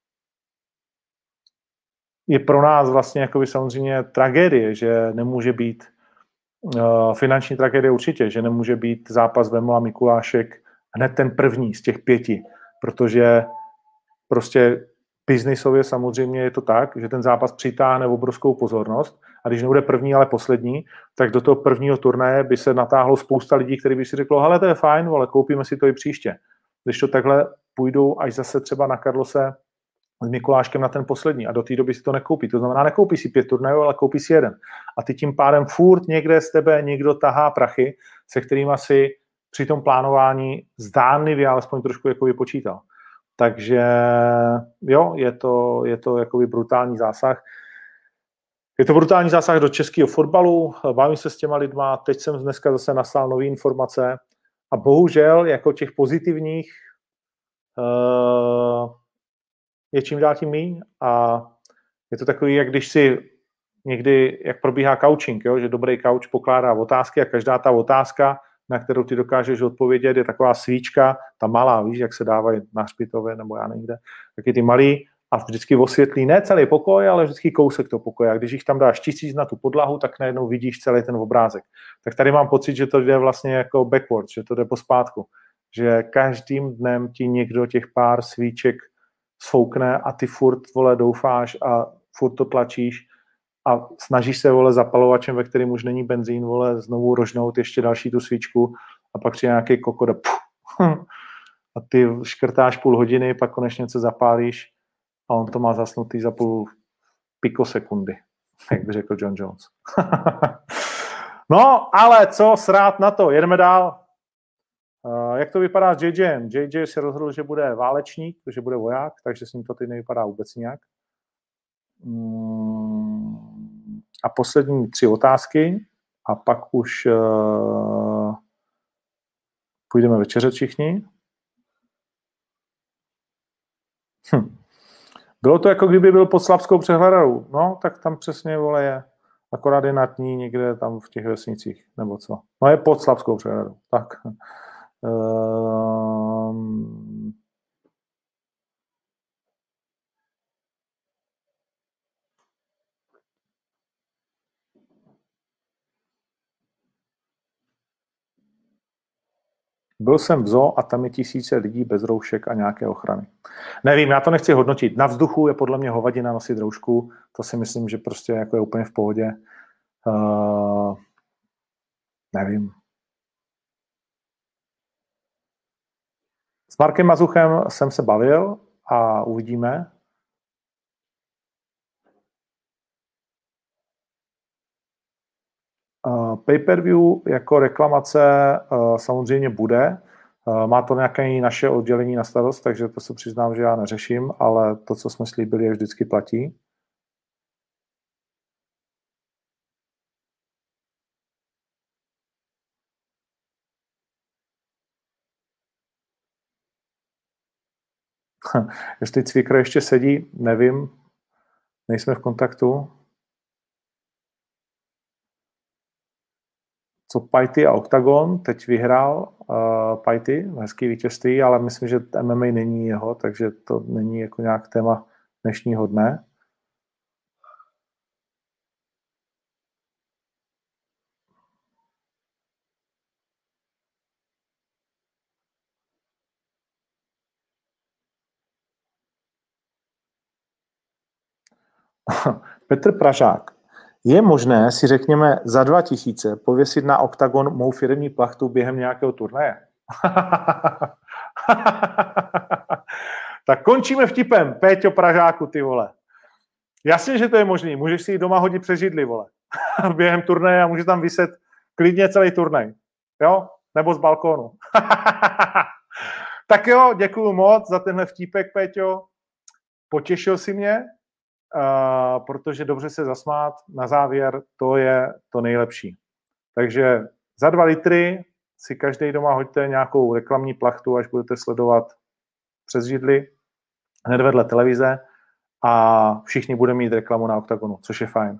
je pro nás vlastně jakoby samozřejmě tragédie, že nemůže být uh, finanční tragédie určitě, že nemůže být zápas Vemla Mikulášek hned ten první z těch pěti, protože prostě biznisově samozřejmě je to tak, že ten zápas přitáhne obrovskou pozornost a když nebude první, ale poslední, tak do toho prvního turnaje by se natáhlo spousta lidí, kteří by si řeklo, hele, to je fajn, ale koupíme si to i příště. Když to takhle půjdou až zase třeba na Karlose s Mikuláškem na ten poslední a do té doby si to nekoupí. To znamená, nekoupí si pět turnajů, ale koupí si jeden. A ty tím pádem furt někde z tebe někdo tahá prachy, se kterými si při tom plánování zdánlivě alespoň trošku jako vypočítal. Takže jo, je to, je to jakoby brutální zásah. Je to brutální zásah do českého fotbalu, bavím se s těma lidma, teď jsem dneska zase naslal nové informace a bohužel jako těch pozitivních uh, je čím dál tím míň a je to takový, jak když si někdy, jak probíhá coaching, jo, že dobrý coach pokládá otázky a každá ta otázka, na kterou ty dokážeš odpovědět, je taková svíčka, ta malá, víš, jak se dávají na hřbitově nebo já někde, taky ty malý a vždycky osvětlí ne celý pokoj, ale vždycky kousek toho pokoje. A když jich tam dáš tisíc na tu podlahu, tak najednou vidíš celý ten obrázek. Tak tady mám pocit, že to jde vlastně jako backwards, že to jde pospátku. Že každým dnem ti někdo těch pár svíček sfoukne a ty furt, vole, doufáš a furt to tlačíš a snažíš se, vole, zapalovačem, ve kterém už není benzín, vole, znovu rožnout ještě další tu svíčku a pak přijde nějaký kokot a, a ty škrtáš půl hodiny, pak konečně se zapálíš a on to má zasnutý za půl pikosekundy, jak by řekl John Jones. No, ale co srát na to? Jedeme dál. Uh, jak to vypadá s JJem? J J se rozhodl, že bude válečník, že bude voják, takže s ním to teď nevypadá vůbec nějak. Um, a poslední tři otázky a pak už uh, půjdeme večeřet všichni. Hm. Bylo to jako kdyby byl pod Slabskou přehradou. No, tak tam přesně, vole, je. Akorát je nad ní někde tam v těch vesnicích, nebo co. No, je pod Slabskou přehradou. Tak. Um... Byl jsem v zoo a tam je tisíce lidí bez roušek a nějaké ochrany. Nevím, já to nechci hodnotit. Na vzduchu je podle mě hovadina nosit roušku. To si myslím, že prostě jako je úplně v pohodě. Uh, nevím. S Markem Mazuchem jsem se bavil a uvidíme. Uh, pay-per-view jako reklamace uh, samozřejmě bude. Uh, má to nějaké naše oddělení na starost, takže to se přiznám, že já neřeším, ale to, co jsme slíbili, je vždycky platí. Jestli Cvikr ještě sedí, nevím, nejsme v kontaktu. Co Pajty a Octagon, teď vyhrál uh, Pajty, hezký vítězství, ale myslím, že M M A není jeho, takže to není jako nějak téma dnešního dne. Petr Pražák. Je možné si řekněme za dva tisíce pověsit na oktagon mou firemní plachtu během nějakého turnaje? Tak končíme vtipem. Péťo Pražáku, ty vole. Jasně, že to je možný. Můžeš si ji doma hodit přes židli, vole. Během turnaje a může tam vyset klidně celý turnaj. Jo? Nebo z balkónu. Tak jo, děkuju moc za tenhle vtípek, Péťo. Potěšil si mě, uh, protože dobře se zasmát na závěr, to je to nejlepší. Takže za dva litry si každý doma hoďte nějakou reklamní plachtu, až budete sledovat přes židli, hned vedle televize a všichni budeme mít reklamu na oktagonu, což je fajn.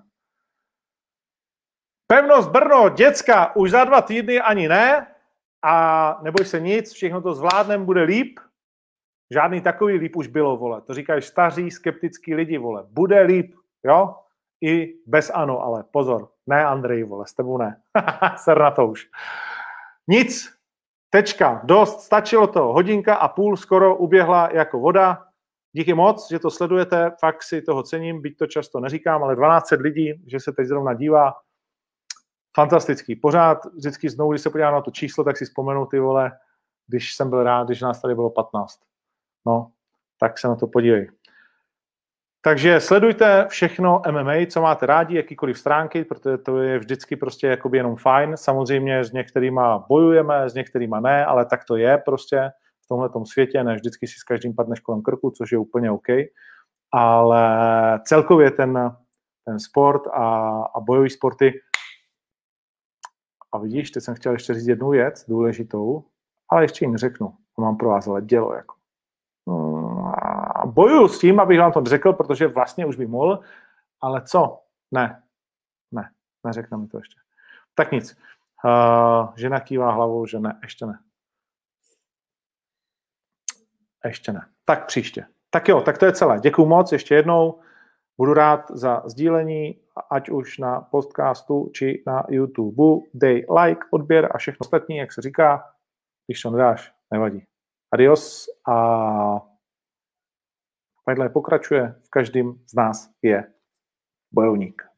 Pevnost Brno, děcka, už za dva týdny ani ne a neboj se nic, všechno to zvládnem, bude líp. Žádný takový líp už bylo, vole. To říkají staří, skeptický lidi, vole. Bude líp, jo? I bez ano, ale pozor. Ne, Andrej, vole, s tebou ne. Ser na to už. Nic. Tečka. Dost. Stačilo to. Hodinka a půl skoro uběhla jako voda. Díky moc, že to sledujete. Fakt si toho cením, byť to často neříkám, ale dvanáct set lidí, že se teď zrovna dívá. Fantastický. Pořád vždycky znovu, když se podívám na to číslo, tak si vzpomenu, ty vole, když jsem byl rád, když nás tady bylo patnáct. No, tak se na to podívej. Takže sledujte všechno M M A, co máte rádi, jakýkoliv stránky, protože to je vždycky prostě jakoby jenom fajn. Samozřejmě s některýma bojujeme, s některýma ne, ale tak to je prostě v tomhletom světě, ne vždycky si s každým padneš kolem krku, což je úplně OK. Ale celkově ten, ten sport a, a bojový sporty. A vidíš, teď jsem chtěl ještě říct jednu věc důležitou, ale ještě ji neřeknu. To mám pro vás ale dělo jako. Bojuju s tím, abych vám to řekl, protože vlastně už bych mohl, ale co? Ne, ne, neřekne mi to ještě. Tak nic. Uh, žena kývá hlavou, že ne, ještě ne. Ještě ne. Tak příště. Tak jo, tak to je celé. Děkuju moc ještě jednou. Budu rád za sdílení, ať už na podcastu, či na YouTube. Dej like, odběr a všechno ostatní, jak se říká. Když to nedáš, nevadí. Adios a Fight Life pokračuje. V každém z nás je bojovník.